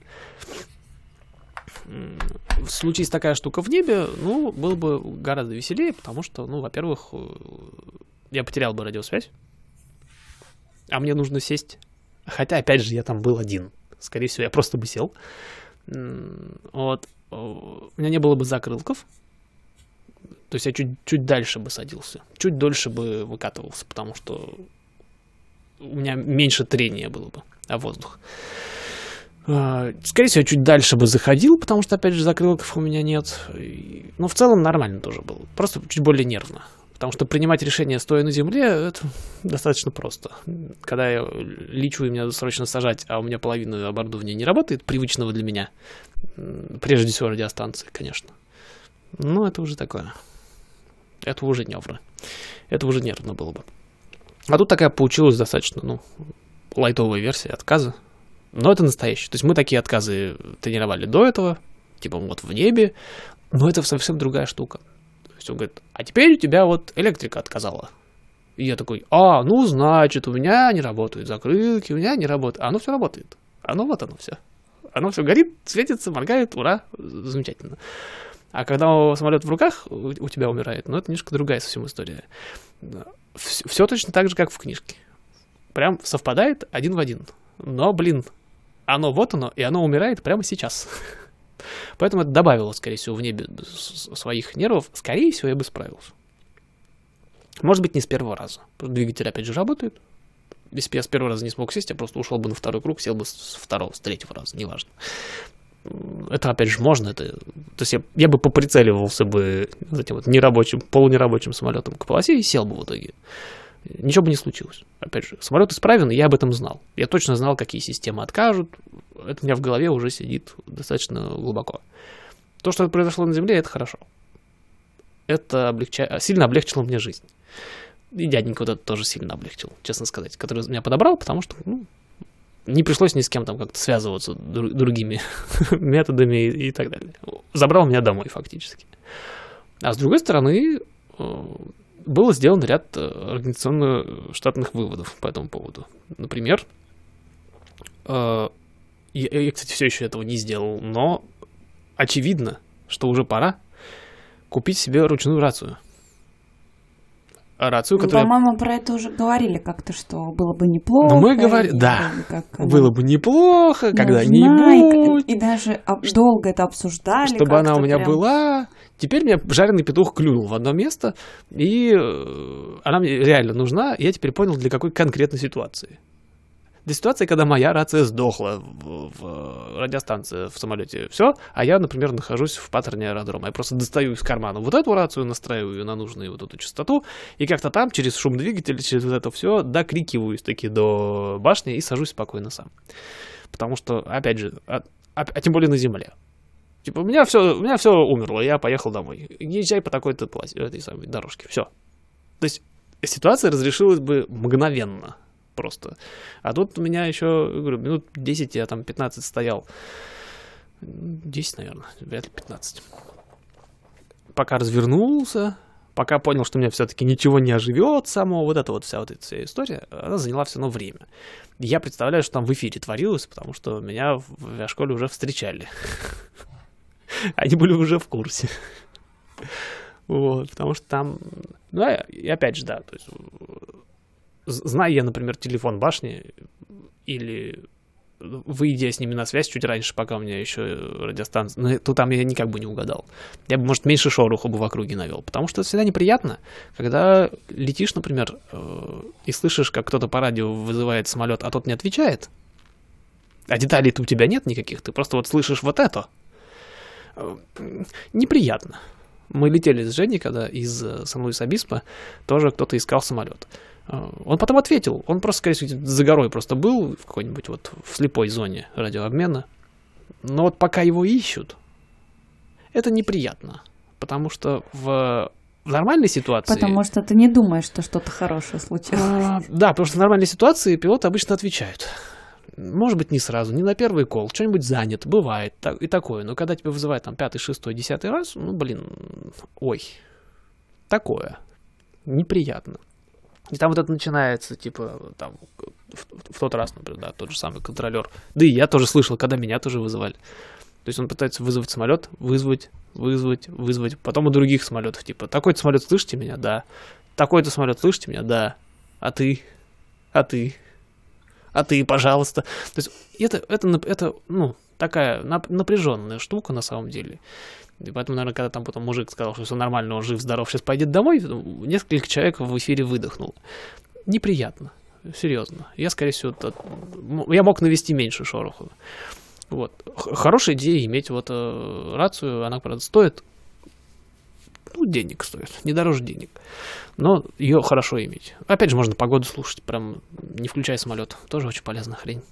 Случись такая штука в небе, ну, было бы гораздо веселее, потому что, ну, во-первых, я потерял бы радиосвязь, а мне нужно сесть. Хотя, опять же, я там был один. Скорее всего, я просто бы сел. Вот. У меня не было бы закрылков. То есть я чуть, чуть дальше бы садился. Чуть дольше бы выкатывался, потому что у меня меньше трения было бы о воздух. Скорее всего, я чуть дальше бы заходил, потому что, опять же, закрылков у меня нет. Но в целом нормально тоже было. Просто чуть более нервно. Потому что принимать решение, стоя на земле, это достаточно просто. Когда я лечу, и мне надо срочно сажать, а у меня половина оборудования не работает, привычного для меня, прежде всего радиостанции, конечно. Но это уже такое. Это уже нервно. Это уже нервно было бы. А тут такая получилась достаточно, ну, лайтовая версия отказа. Но это настоящий. То есть мы такие отказы тренировали до этого, типа вот в небе, но это совсем другая штука. То есть он говорит, а теперь у тебя вот электрика отказала. И я такой, а, ну, значит, у меня не работают закрылки, у меня не работает. А оно все работает. Оно вот оно все. Оно все горит, светится, моргает, ура, замечательно. А когда самолет в руках у тебя умирает, ну, это немножко другая совсем история. Все, все точно так же, как в книжке. Прям совпадает один в один. Но, блин, оно вот оно, и оно умирает прямо сейчас. Поэтому это добавило, скорее всего, в небе своих нервов. Скорее всего, я бы справился. Может быть, не с первого раза. Двигатель, опять же, работает. Если бы я с первого раза не смог сесть, я просто ушел бы на второй круг, сел бы с второго, с третьего раза, неважно. Это, опять же, можно. Это, то есть я, я бы поприцеливался бы вот этим вот нерабочим, полунерабочим самолетом к полосе и сел бы в итоге. Ничего бы не случилось. Опять же, самолет исправен, и я об этом знал. Я точно знал, какие системы откажут. Это у меня в голове уже сидит достаточно глубоко. То, что произошло на Земле, это хорошо. Это облегча... сильно облегчило мне жизнь. И дяденька вот это тоже сильно облегчил, честно сказать, который меня подобрал, потому что ну, не пришлось ни с кем там как-то связываться друг, другими методами и, и так далее. Забрал меня домой фактически. А с другой стороны, был сделан ряд организационно-штатных выводов по этому поводу. Например, я, я, кстати, все еще этого не сделал, но очевидно, что уже пора купить себе ручную рацию. Рацию, ну, которая... По-моему, про это уже говорили как-то, что было бы неплохо. Ну, мы говорили, да, было бы неплохо, когда-нибудь. И, и даже об... долго это обсуждали. Чтобы она у меня прям... была. Теперь меня жареный петух клюнул в одно место, и она мне реально нужна. Я теперь понял, для какой конкретной ситуации. Для ситуации, когда моя рация сдохла в, в радиостанции в самолете, все, а я, например, нахожусь в паттерне аэродрома. Я просто достаю из кармана вот эту рацию, настраиваю ее на нужную вот эту частоту, и как-то там через шум двигателя, через вот это все докрикиваюсь таки до башни и сажусь спокойно сам. Потому что, опять же, а, а, а тем более на земле. Типа, у меня все, у меня все умерло, я поехал домой. Езжай по такой-то этой самой дорожке, все. То есть ситуация разрешилась бы мгновенно. Просто. А тут у меня еще, говорю, минут десять, я там пятнадцать стоял. десять, наверное, вряд ли пятнадцать. Пока развернулся, пока понял, что у меня все-таки ничего не оживет само, вот эта вот вся вот эта вся история, она заняла все равно время. Я представляю, что там в эфире творилось, потому что меня в авиашколе уже встречали. Они были уже в курсе. Вот, потому что там... Ну, и опять же, да, то есть... Зная я, например, телефон башни, или выйдя с ними на связь чуть раньше, пока у меня еще радиостанция, ну, то там я никак бы не угадал. Я бы, может, меньше шороху бы в округе навел, потому что это всегда неприятно, когда летишь, например, и слышишь, как кто-то по радио вызывает самолет, а тот не отвечает, а деталей-то у тебя нет никаких, ты просто вот слышишь вот это. Неприятно. Мы летели с Женей, когда из Сан-Луис-Обиспо тоже кто-то искал самолет. Он потом ответил, он просто, скорее всего, за горой просто был в какой-нибудь вот в слепой зоне радиообмена. Но вот пока его ищут, это неприятно, потому что в, в нормальной ситуации... Потому что ты не думаешь, что что-то хорошее случилось. А, да, потому что в нормальной ситуации пилоты обычно отвечают. Может быть, не сразу, не на первый кол, что-нибудь занят, бывает так, и такое. Но когда тебя вызывают там пятый, шестой, десятый раз, ну, блин, ой, такое, неприятно. И там вот это начинается, типа, там, в, в тот раз, например, да, тот же самый контролер. Да и я тоже слышал, когда меня тоже вызывали. То есть он пытается вызвать самолет, вызвать, вызвать, вызвать. Потом у других самолетов, типа, такой-то самолет, слышите меня? Да. Такой-то самолет, слышите меня? Да. А ты? А ты? А ты, пожалуйста. То есть это, это, это ну, такая напряженная штука на самом деле. И поэтому, наверное, когда там потом мужик сказал, что все нормально, он жив-здоров, сейчас пойдет домой, несколько человек в эфире выдохнул. Неприятно. Серьезно. Я, скорее всего, тот, я мог навести меньше шороху. Вот. Хорошая идея иметь вот э, рацию, она, правда, стоит, ну, денег стоит, не дороже денег. Но ее хорошо иметь. Опять же, можно погоду слушать, прям не включая самолет. Тоже очень полезная хрень.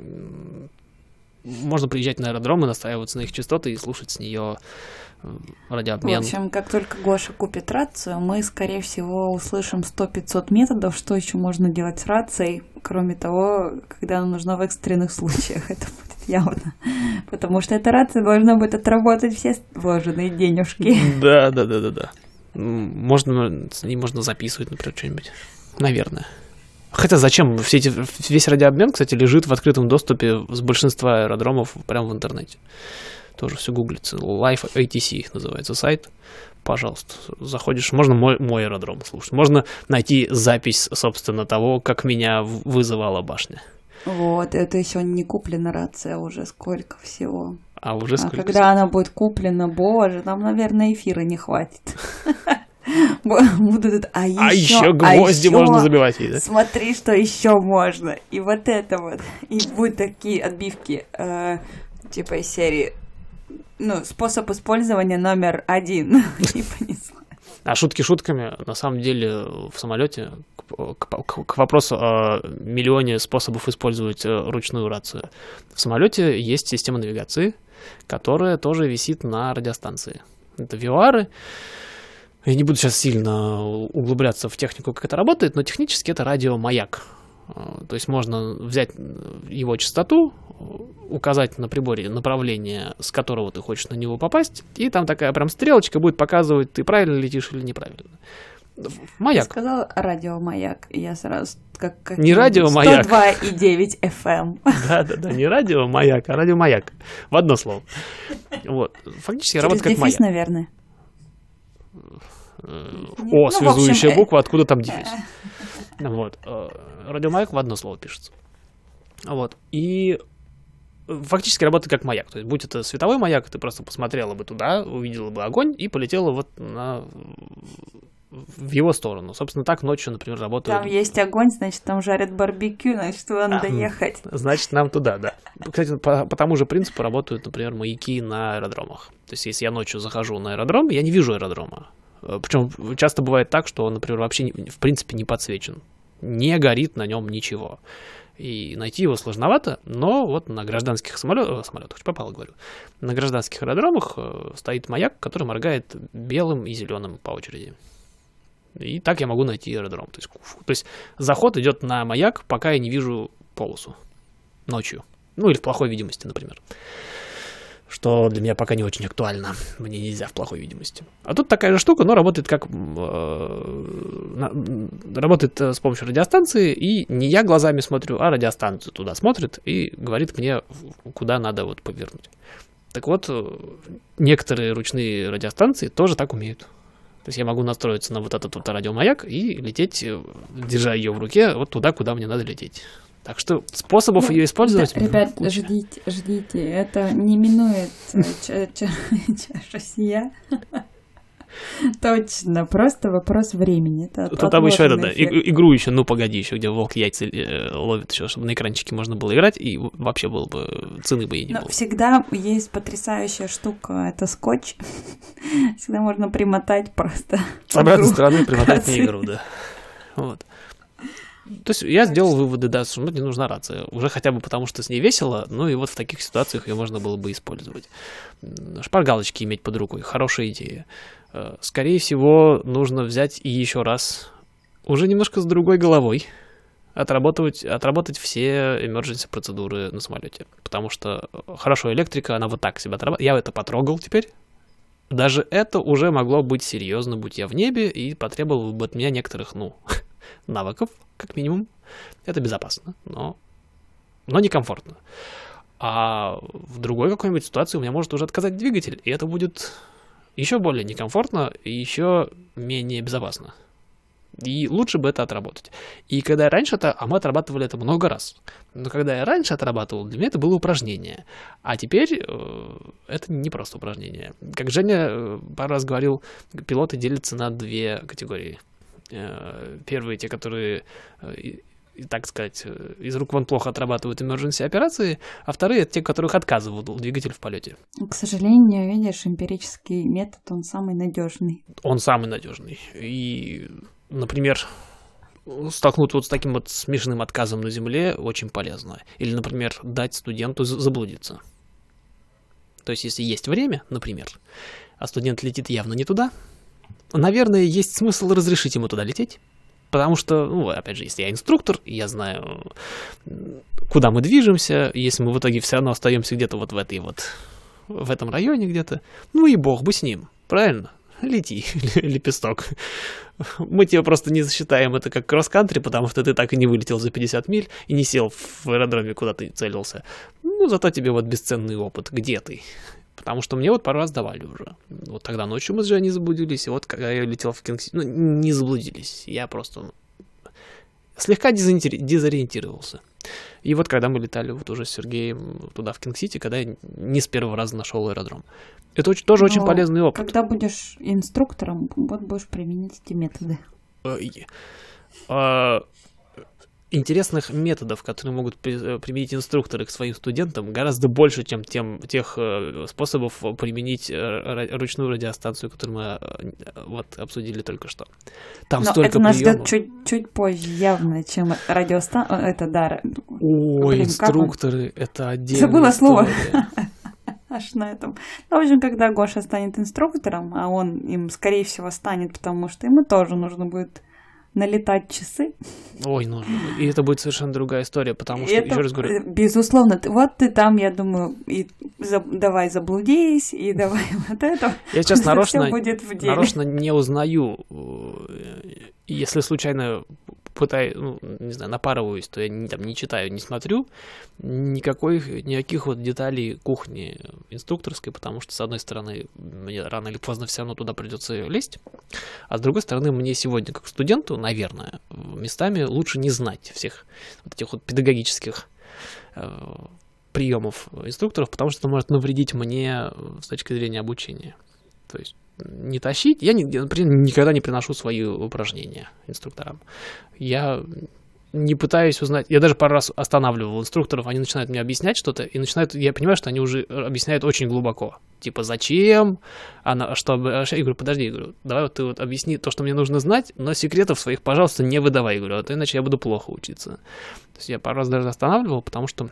Можно приезжать на аэродром и настраиваться на их частоты и слушать с нее радиообмен. В общем, как только Гоша купит рацию, мы, скорее всего, услышим сто-пятьсот методов, что еще можно делать с рацией, кроме того, когда она нужна в экстренных случаях. Это будет явно. Потому что эта рация должна будет отработать все вложенные денежки. Да, да, да, да, да. Можно, с ней можно записывать, например, что-нибудь. Наверное. Хотя зачем? Все эти, весь радиообмен, кстати, лежит в открытом доступе с большинства аэродромов прямо в интернете. Тоже все гуглится. Live эй ти си называется сайт. Пожалуйста, заходишь. Можно мой, мой аэродром слушать. Можно найти запись, собственно, того, как меня вызывала башня. Вот, это еще не куплена рация, уже сколько всего. А уже сколько? А когда всего? Она будет куплена, боже, нам, наверное, эфира не хватит. Будут, а, а еще гвозди можно забивать. Да? Смотри, что еще можно. И вот это вот. И будут такие отбивки, э, типа из серии. Ну, способ использования номер один. И понесла. А шутки шутками, на самом деле, в самолете к, к, к вопросу о миллионе способов использовать ручную рацию. В самолете есть система навигации, которая тоже висит на радиостанции. Это ви о ар-ы. Я не буду сейчас сильно углубляться в технику, как это работает, но технически это радиомаяк. То есть можно взять его частоту, указать на приборе направление, с которого ты хочешь на него попасть, и там такая прям стрелочка будет показывать, ты правильно летишь или неправильно. Маяк. Ты сказала радиомаяк, и я сразу как, как не радиомаяк. сто два и девять эф эм. Да-да-да, не радиомаяк, а радиомаяк. В одно слово. Вот. Фактически работает как маяк. Наверное. О, связующая буква, откуда там дефис. Вот. Радиомаяк в одно слово пишется. Вот. И фактически работает как маяк. То есть, будь это световой маяк, ты просто посмотрела бы туда, увидела бы огонь и полетела вот на... в его сторону. Собственно, так ночью, например, работает... Там есть огонь, значит, там жарят барбекю, значит, туда надо а, ехать. Значит, нам туда, да. Кстати, по, по тому же принципу работают, например, маяки на аэродромах. То есть, если я ночью захожу на аэродром, я не вижу аэродрома. Причем часто бывает так, что он, например, вообще не, в принципе не подсвечен. Не горит на нем ничего. И найти его сложновато, но вот на гражданских самолетах, самолетах, попало, говорю, на гражданских аэродромах стоит маяк, который моргает белым и зеленым по очереди. И так я могу найти аэродром. То есть, то есть заход идет на маяк, пока я не вижу полосу ночью. Ну или в плохой видимости, например. Что для меня пока не очень актуально. Мне нельзя в плохой видимости. А тут такая же штука, но работает как э, работает с помощью радиостанции, и не я глазами смотрю, а радиостанция туда смотрит и говорит мне, куда надо вот повернуть. Так вот, некоторые ручные радиостанции тоже так умеют. То есть я могу настроиться на вот этот вот радиомаяк и лететь, держа ее в руке, вот туда, куда мне надо лететь. Так что способов ну, ее использовать... Да, ребят, куча. ждите, ждите. Это не минует чаша сия. Точно, просто вопрос времени. Тут там еще это, игру еще, ну погоди, еще где волк яйца ловит еще, чтобы на экранчике можно было играть, и вообще было бы, цены бы и не было. Всегда есть потрясающая штука, это скотч. Всегда можно примотать просто. С обратной стороны примотать на игру, да. Вот. То есть я сделал выводы, да, что не нужна рация. Уже хотя бы потому, что с ней весело, ну и вот в таких ситуациях ее можно было бы использовать. Шпаргалочки иметь под рукой, хорошая идея. Скорее всего, нужно взять и еще раз, уже немножко с другой головой, отработать, отработать все emergency процедуры на самолете. Потому что хорошо, электрика, она вот так себя отрабатывает. Я это потрогал теперь. Даже это уже могло быть серьезно, будь я в небе, и потребовало бы от меня некоторых, ну... навыков, как минимум. Это безопасно, но, но некомфортно. А в другой какой-нибудь ситуации у меня может уже отказать двигатель, и это будет еще более некомфортно и еще менее безопасно. И лучше бы это отработать. И когда я раньше это, а мы отрабатывали это много раз, но когда я раньше отрабатывал, для меня это было упражнение. А теперь э, это не просто упражнение. Как Женя э, пару раз говорил, пилоты делятся на две категории. Первые, те, которые, так сказать, из рук вон плохо отрабатывают emergency операции, а вторые, те, которых отказывают двигатель в полете. К сожалению, видишь, эмпирический метод, он самый надежный. Он самый надежный. И, например, столкнуться вот с таким вот смешанным отказом на земле очень полезно. Или, например, дать студенту заблудиться. То есть, если есть время, например, а студент летит явно не туда, наверное, есть смысл разрешить ему туда лететь, потому что, ну, опять же, если я инструктор, я знаю, куда мы движемся, если мы в итоге все равно остаемся где-то вот в этой вот, в этом районе где-то, ну и бог бы с ним, правильно? лети, лепесток. Мы тебя просто не засчитаем это как кросс-кантри, потому что ты так и не вылетел за пятьдесят миль и не сел в аэродроме, куда ты целился. Ну, зато тебе вот бесценный опыт. Где ты? Потому что мне вот пару раз давали уже. Вот тогда ночью мы с Женей заблудились, и вот когда я летел в Кинг-Сити, ну, не заблудились. Я просто ну, слегка дезориентировался. И вот когда мы летали вот уже с Сергеем туда, в Кинг-Сити, когда я не с первого раза нашел аэродром. Это очень, тоже Но очень полезный опыт. Когда будешь инструктором, вот будешь применять эти методы. Интересных методов, которые могут применить инструкторы к своим студентам, гораздо больше, чем тем, тех способов применить ручную радиостанцию, которую мы вот обсудили только что. Там Но столько это нас приемов. ждет чуть, чуть позже явно, чем радиостанция. Это да. Ой, Блин, инструкторы, это отдельно. Забыла слово. Аж на этом. Ну, в общем, когда Гоша станет инструктором, а он им, скорее всего, станет, потому что ему тоже нужно будет налетать часы. Ой, ну, и это будет совершенно другая история, потому что, это, еще раз говорю... Безусловно, вот ты там, я думаю, и за, давай заблудись, и давай вот это. Я сейчас нарочно, нарочно не узнаю, если случайно пытаюсь, ну, не знаю, напарываюсь, то я не, там, не читаю, не смотрю никакой, никаких вот деталей кухни инструкторской, потому что, с одной стороны, мне рано или поздно все равно туда придется лезть, а с другой стороны, мне сегодня, как студенту, наверное, местами лучше не знать всех вот этих вот педагогических э, приемов инструкторов, потому что это может навредить мне с точки зрения обучения. То есть не тащить. Я, например, никогда не приношу свои упражнения инструкторам. Я не пытаюсь узнать. Я даже пару раз останавливал инструкторов, они начинают мне объяснять что-то, и начинают, я понимаю, что они уже объясняют очень глубоко. Типа, зачем? Она, чтобы... Я говорю, подожди, я говорю, давай вот ты вот объясни то, что мне нужно знать, но секретов своих, пожалуйста, не выдавай. Я говорю, а то иначе я буду плохо учиться. То есть я пару раз даже останавливал, потому что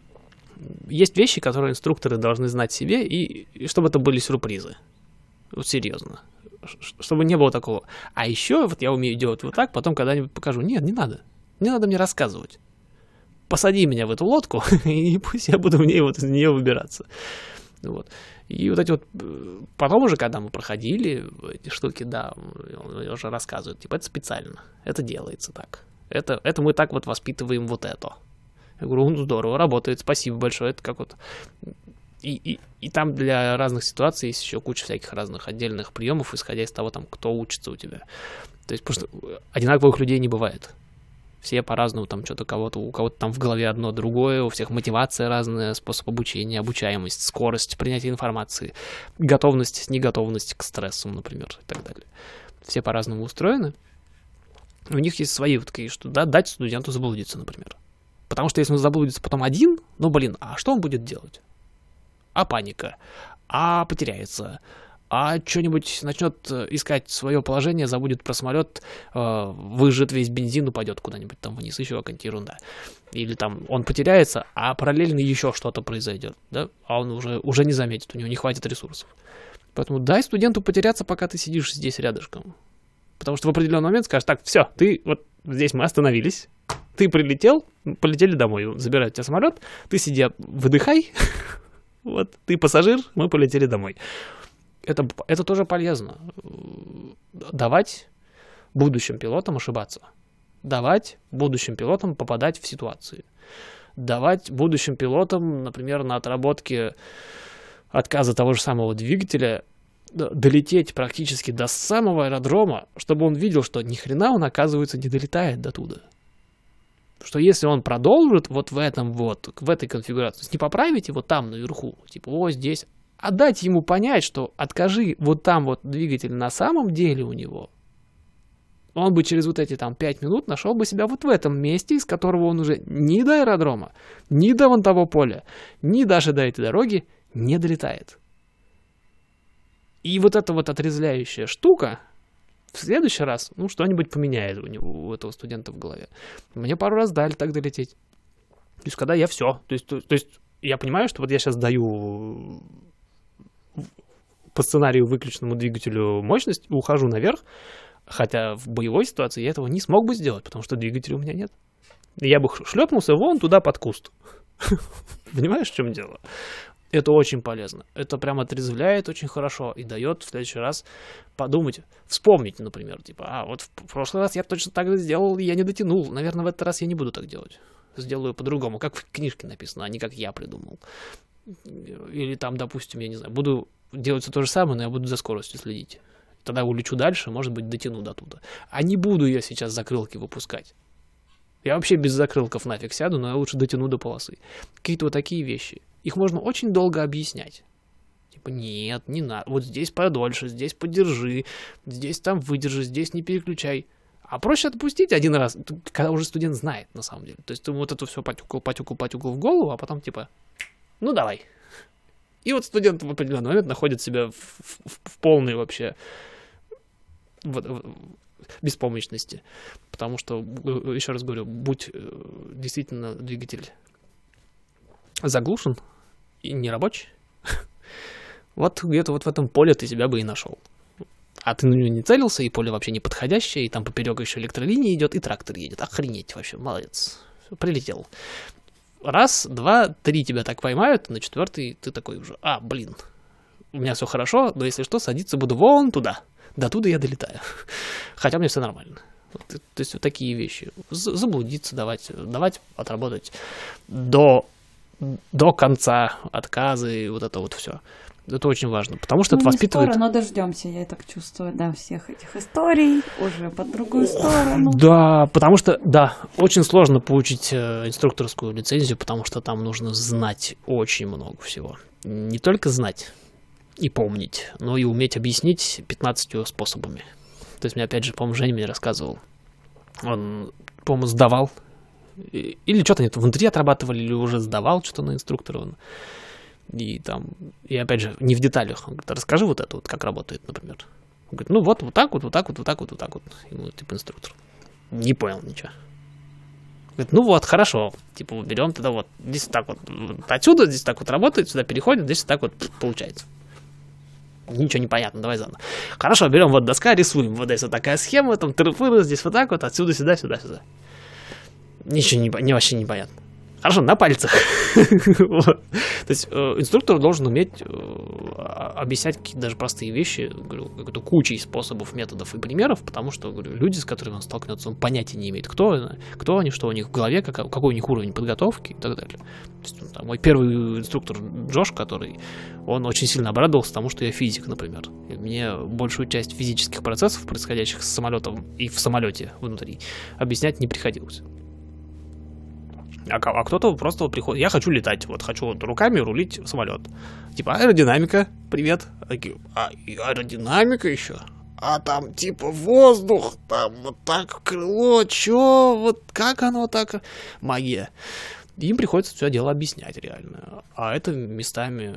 есть вещи, которые инструкторы должны знать себе, и, и чтобы это были сюрпризы. Вот серьезно. Чтобы не было такого. А еще вот я умею делать вот так, потом когда-нибудь покажу. Нет, не надо. Не надо мне рассказывать. Посади меня в эту лодку, и пусть я буду в ней вот из нее выбираться. Вот. И вот эти вот... Потом уже, когда мы проходили эти штуки, да, уже рассказывают. Типа, это специально. Это делается так. Это, это мы так вот воспитываем вот это. Я говорю, ну здорово, работает, спасибо большое. Это как вот... И, и, и там для разных ситуаций есть еще куча всяких разных отдельных приемов, исходя из того, там, кто учится у тебя. То есть, потому что одинаковых людей не бывает. Все по-разному, там что-то кого-то, у кого-то там в голове одно другое, у всех мотивация разная, способ обучения, обучаемость, скорость принятия информации, готовность, неготовность к стрессам, например, и так далее. Все по-разному устроены. У них есть свои вот такие, что да, дать студенту заблудиться, например. Потому что если он заблудится потом один, ну, блин, а что он будет делать? А паника, а потеряется, а что-нибудь начнет искать свое положение, забудет про самолет, э, выжжет весь бензин, упадет куда-нибудь там вниз, еще какая-нибудь ерунда. Или там он потеряется, а параллельно еще что-то произойдет, да, а он уже, уже не заметит, у него не хватит ресурсов. Поэтому дай студенту потеряться, пока ты сидишь здесь рядышком. Потому что в определенный момент скажешь, так, все, ты вот здесь мы остановились, ты прилетел, полетели домой, забирают тебя самолет, ты сиди, выдыхай. Вот, ты пассажир, мы полетели домой. Это, это тоже полезно. Давать будущим пилотам ошибаться. Давать будущим пилотам попадать в ситуации. Давать будущим пилотам, например, на отработке отказа того же самого двигателя, долететь практически до самого аэродрома, чтобы он видел, что ни хрена он, оказывается, не долетает до туда. Что если он продолжит вот в этом вот, в этой конфигурации, то есть не поправить его там наверху, типа вот здесь, а дать ему понять, что откажи вот там вот двигатель на самом деле у него, он бы через вот эти там пять минут нашел бы себя вот в этом месте, из которого он уже ни до аэродрома, ни до вон того поля, ни даже до этой дороги не долетает. И вот эта вот отрезвляющая штука в следующий раз, ну, что-нибудь поменяет у него, у этого студента в голове. Мне пару раз дали так долететь. То есть, когда я все. То есть, то, то есть, я понимаю, что вот я сейчас даю по сценарию выключенному двигателю мощность, ухожу наверх, хотя в боевой ситуации я этого не смог бы сделать, потому что двигателя у меня нет. Я бы шлепнулся вон туда под куст. Понимаешь, в чем дело? Это очень полезно. Это прям отрезвляет очень хорошо и дает в следующий раз подумать, вспомнить, например, типа, а вот в прошлый раз я точно так же сделал, и я не дотянул. Наверное, в этот раз я не буду так делать. Сделаю по-другому, как в книжке написано, а не как я придумал. Или там, допустим, я не знаю, буду делать все то же самое, но я буду за скоростью следить. Тогда улечу дальше, может быть, дотяну до туда. А не буду я сейчас закрылки выпускать. Я вообще без закрылков нафиг сяду, но я лучше дотяну до полосы. Какие-то вот такие вещи. Их можно очень долго объяснять. Типа, нет, не надо. Вот здесь подольше, здесь подержи, здесь там выдержи, здесь не переключай. А проще отпустить один раз, когда уже студент знает, на самом деле. То есть ты вот это все потюкал, потюкал, потюкал в голову, а потом типа, ну давай. И вот студент в определенный момент находит себя в, в, в полной вообще в, в, беспомощности. Потому что, еще раз говорю, будь действительно двигатель заглушен и не рабочий, вот где-то вот в этом поле ты себя бы и нашел. А ты на него не целился, и поле вообще не подходящее, и там поперек еще электролиния идет, и трактор едет. Охренеть вообще, молодец. Все, прилетел. Раз, два, три тебя так поймают, на четвертый ты такой уже, а, блин, у меня все хорошо, но если что, садиться буду вон туда. До туда я долетаю. Хотя у меня все нормально. То есть вот такие вещи. Заблудиться, давать, давать отработать до... до конца, отказы, вот это вот все. Это очень важно, потому что ну, это воспитывает... скоро, но дождемся, я так чувствую, да, всех этих историй, уже по другую сторону. Да, потому что, да, очень сложно получить э, инструкторскую лицензию, потому что там нужно знать очень много всего. Не только знать и помнить, но и уметь объяснить пятнадцатью способами. То есть, мне опять же, по-моему, Женя мне рассказывал. Он, по-моему, сдавал. Или что-то они внутри отрабатывали, или уже сдавал что-то на инструктора. И там, и опять же, не в деталях. Он говорит, расскажи вот это вот, как работает, например. Он говорит, ну вот, вот так вот, вот так вот, вот так вот, вот так вот. Ему, типа, инструктор. Не понял ничего. Говорит, ну вот, хорошо. Типа, берем тогда вот, здесь так вот, отсюда, здесь так вот работает, сюда переходит, здесь так вот получается. Ничего не понятно, давай заново. Хорошо, берем вот доска, рисуем. Вот здесь вот такая схема, там тыры-пыры, здесь вот так вот, отсюда сюда, сюда, сюда. Ничего не, не вообще непонятно. Хорошо, на пальцах. Вот. То есть э, инструктор должен уметь э, объяснять какие-то даже простые вещи, говорю, какой-то кучей способов, методов и примеров, потому что, говорю, люди, с которыми он столкнется, он понятия не имеет, кто, кто они, что у них в голове, как, какой у них уровень подготовки и так далее. То есть, там, мой первый инструктор Джош, который, он очень сильно обрадовался тому, что я физик, например. И мне большую часть физических процессов, происходящих с самолетом и в самолете внутри, объяснять не приходилось. А, а кто-то просто вот приходит, я хочу летать, вот хочу вот руками рулить самолет. Типа аэродинамика, привет. А, аэродинамика еще? А там типа воздух, там вот так крыло, чё, вот как оно так? Магия. Им приходится все дело объяснять реально. А это местами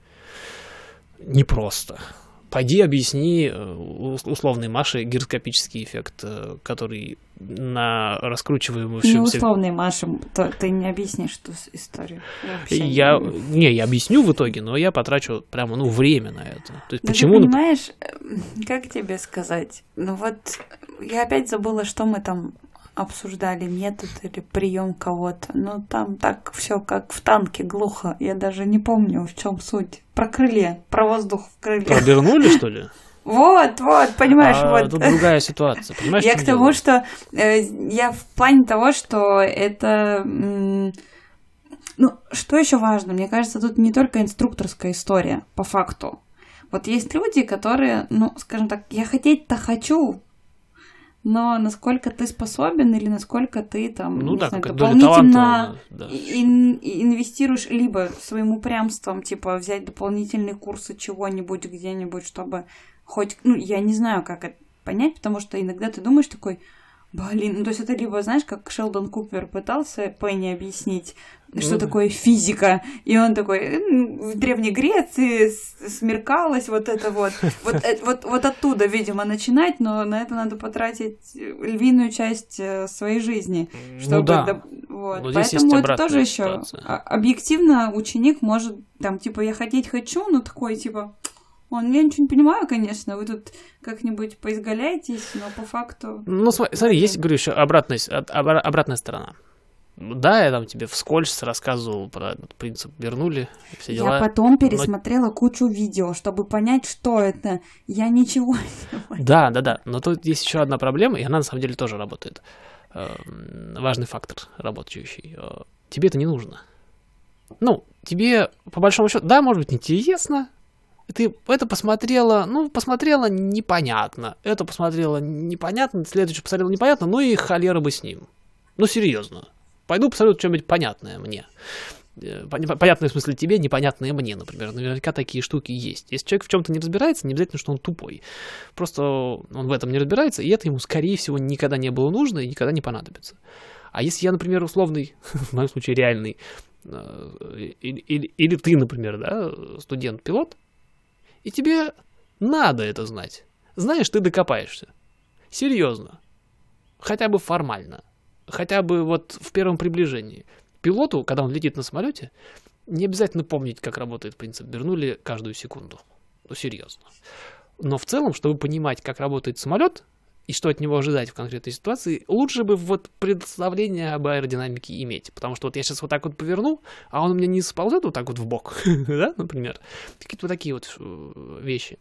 непросто. Пойди объясни условной Маше гироскопический эффект, который на раскручиваемую... Не условной Маше, то ты не объяснишь эту историю. Я, не, я объясню в итоге, но я потрачу прямо, ну, время на это. То есть, да почему... Ты понимаешь, как тебе сказать? Ну вот, я опять забыла, что мы там обсуждали, метод или прием кого-то. Ну, там так все как в танке, глухо. Я даже не помню, в чем суть. Про крылья, про воздух в крыльях. Провернули, что ли? Вот, вот, понимаешь, а вот. Тут другая ситуация, понимаешь? Я к тому, дело? что э, я в плане того, что это... М- ну, что еще важно? Мне кажется, тут не только инструкторская история, по факту. Вот есть люди, которые, ну, скажем так, я хотеть-то хочу, но насколько ты способен или насколько ты там ну, не да, знаю, дополнительно да. ин- инвестируешь либо своим упрямством, типа взять дополнительные курсы чего-нибудь где-нибудь, чтобы хоть, ну, я не знаю, как это понять, потому что иногда ты думаешь такой, блин, ну, то есть это либо, знаешь, как Шелдон Купер пытался Пенни объяснить, что ну, такое физика, и он такой, в Древней Греции смеркалось, вот это вот. Вот, вот, вот оттуда, видимо, начинать, но на это надо потратить львиную часть своей жизни. Чтобы, ну да, да, вот. вот Поэтому это тоже еще ситуация. Объективно ученик может, там, типа, я хотеть хочу, ну, такой, типа... Он, я ничего не понимаю, конечно, вы тут как-нибудь поизгаляетесь, но по факту... Ну, смотри, смотри есть, говорю, еще обратная, обратная сторона. Да, я там тебе вскользь рассказывал про этот принцип Бернулли, все дела. Я потом пересмотрела но... кучу видео, чтобы понять, что это. Я ничего не поняла. Да, да, да. Но тут есть еще одна проблема, и она на самом деле тоже работает. Важный фактор работающий. Тебе это не нужно. Ну, тебе, по большому счету, да, может быть, интересно. Ты это посмотрела, ну, посмотрела непонятно. Это посмотрела непонятно, следующее посмотрела непонятно, ну и холера бы с ним. Ну, серьезно. Пойду посмотрю что-нибудь понятное мне. Понятное в смысле тебе, непонятное мне, например. Наверняка такие штуки есть. Если человек в чем-то не разбирается, не обязательно, что он тупой. Просто он в этом не разбирается, и это ему, скорее всего, никогда не было нужно и никогда не понадобится. А если я, например, условный, в моем случае реальный, или, или, или ты, например, да, студент-пилот, и тебе надо это знать. Знаешь, ты докопаешься. Серьезно. Хотя бы формально. Хотя бы вот в первом приближении. Пилоту, когда он летит на самолете, не обязательно помнить, как работает принцип Бернулли каждую секунду. Ну, серьезно. Но в целом, чтобы понимать, как работает самолет и что от него ожидать в конкретной ситуации, лучше бы вот представление об аэродинамике иметь. Потому что вот я сейчас вот так вот поверну, а он у меня не сползет вот так вот в бок, да, например. Какие-то вот такие вот вещи.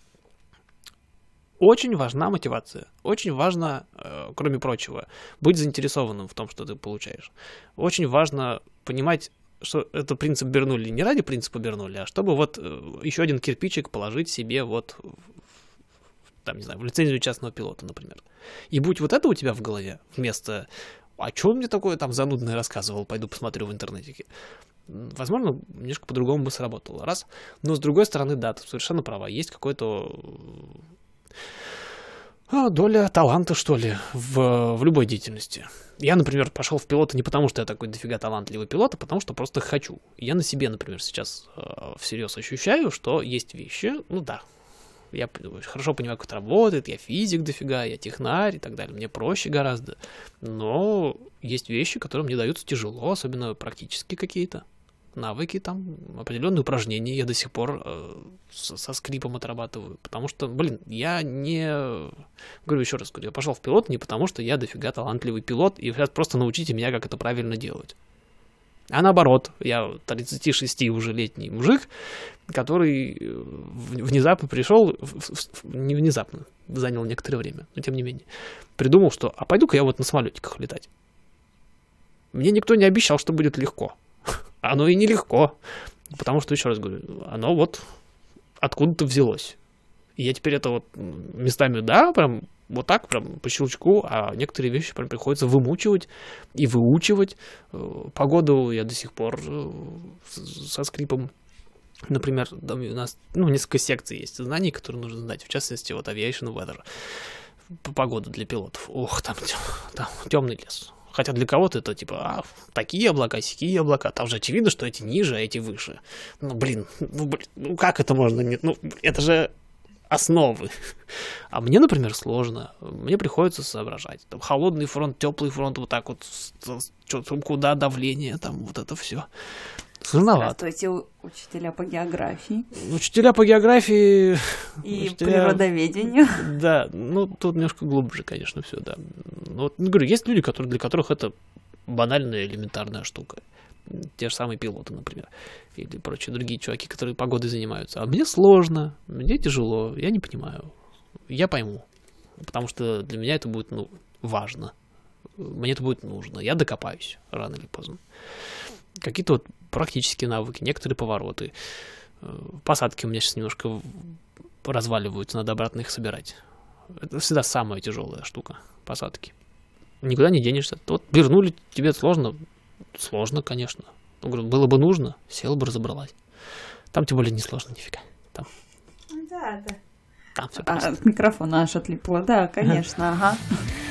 Очень важна мотивация. Очень важно, э, кроме прочего, быть заинтересованным в том, что ты получаешь. Очень важно понимать, что это принцип Бернулли не ради принципа Бернулли, а чтобы вот э, еще один кирпичик положить себе вот, в, там, не знаю, в лицензию частного пилота, например. И будь вот это у тебя в голове вместо «А что он мне такое там занудное рассказывал? Пойду посмотрю в интернете». Возможно, немножко по-другому бы сработало. Раз. Но с другой стороны, да, ты совершенно права. Есть какой-то... доля таланта, что ли, в, в любой деятельности. Я, например, пошел в пилоты не потому, что я такой дофига талантливый пилот, а потому что просто хочу. Я на себе, например, сейчас э, всерьез ощущаю, что есть вещи, ну да, я хорошо понимаю, как это работает, я физик дофига, я технарь и так далее, мне проще гораздо, но есть вещи, которые мне даются тяжело, особенно практически какие-то. Навыки, там, определенные упражнения я до сих пор э, со, со скрипом отрабатываю, потому что, блин, я не... Говорю еще раз, говорю, я пошел в пилот не потому, что я дофига талантливый пилот, и сейчас просто научите меня, как это правильно делать. А наоборот, я тридцать шесть уже летний мужик, который внезапно пришел, не внезапно, занял некоторое время, но тем не менее, придумал, что, а пойду-ка я вот на самолетиках летать. Мне никто не обещал, что будет легко. Оно и нелегко, потому что, еще раз говорю, оно вот откуда-то взялось. И я теперь это вот местами, да, прям вот так, прям по щелчку, а некоторые вещи прям приходится вымучивать и выучивать. Погоду я до сих пор со скрипом. Например, там у нас, ну, несколько секций есть знаний, которые нужно знать, в частности, вот aviation weather, погода для пилотов. Ох, там, там темный лес. Хотя для кого-то это типа, а, такие облака, сякие облака. Там же очевидно, что эти ниже, а эти выше. Ну, блин, ну, блин, ну как это можно? Ну, это же основы. А мне, например, сложно. Мне приходится соображать. Там холодный фронт, теплый фронт, вот так вот, куда давление, там вот это все. Сложновато. Здравствуйте, учителя по географии. Учителя по географии... И учителя... природоведению. Да, ну, тут немножко глубже, конечно, все, да. Но, вот, говорю, есть люди, которые, для которых это банальная, элементарная штука. Те же самые пилоты, например. Или прочие другие чуваки, которые погодой занимаются. А мне сложно, мне тяжело, я не понимаю. Я пойму. Потому что для меня это будет, ну, важно. Мне это будет нужно. Я докопаюсь рано или поздно. Какие-то вот практические навыки, некоторые повороты. Посадки у меня сейчас немножко разваливаются, надо обратно их собирать. Это всегда самая тяжелая штука, посадки. Никуда не денешься. Вот вернули, тебе сложно? Сложно, конечно. Я говорю, было бы нужно, села бы, разобралась. Там тем более не сложно, нифига. Там. Да, да. Там все а, от микрофона аж отлипло, да, конечно, ага.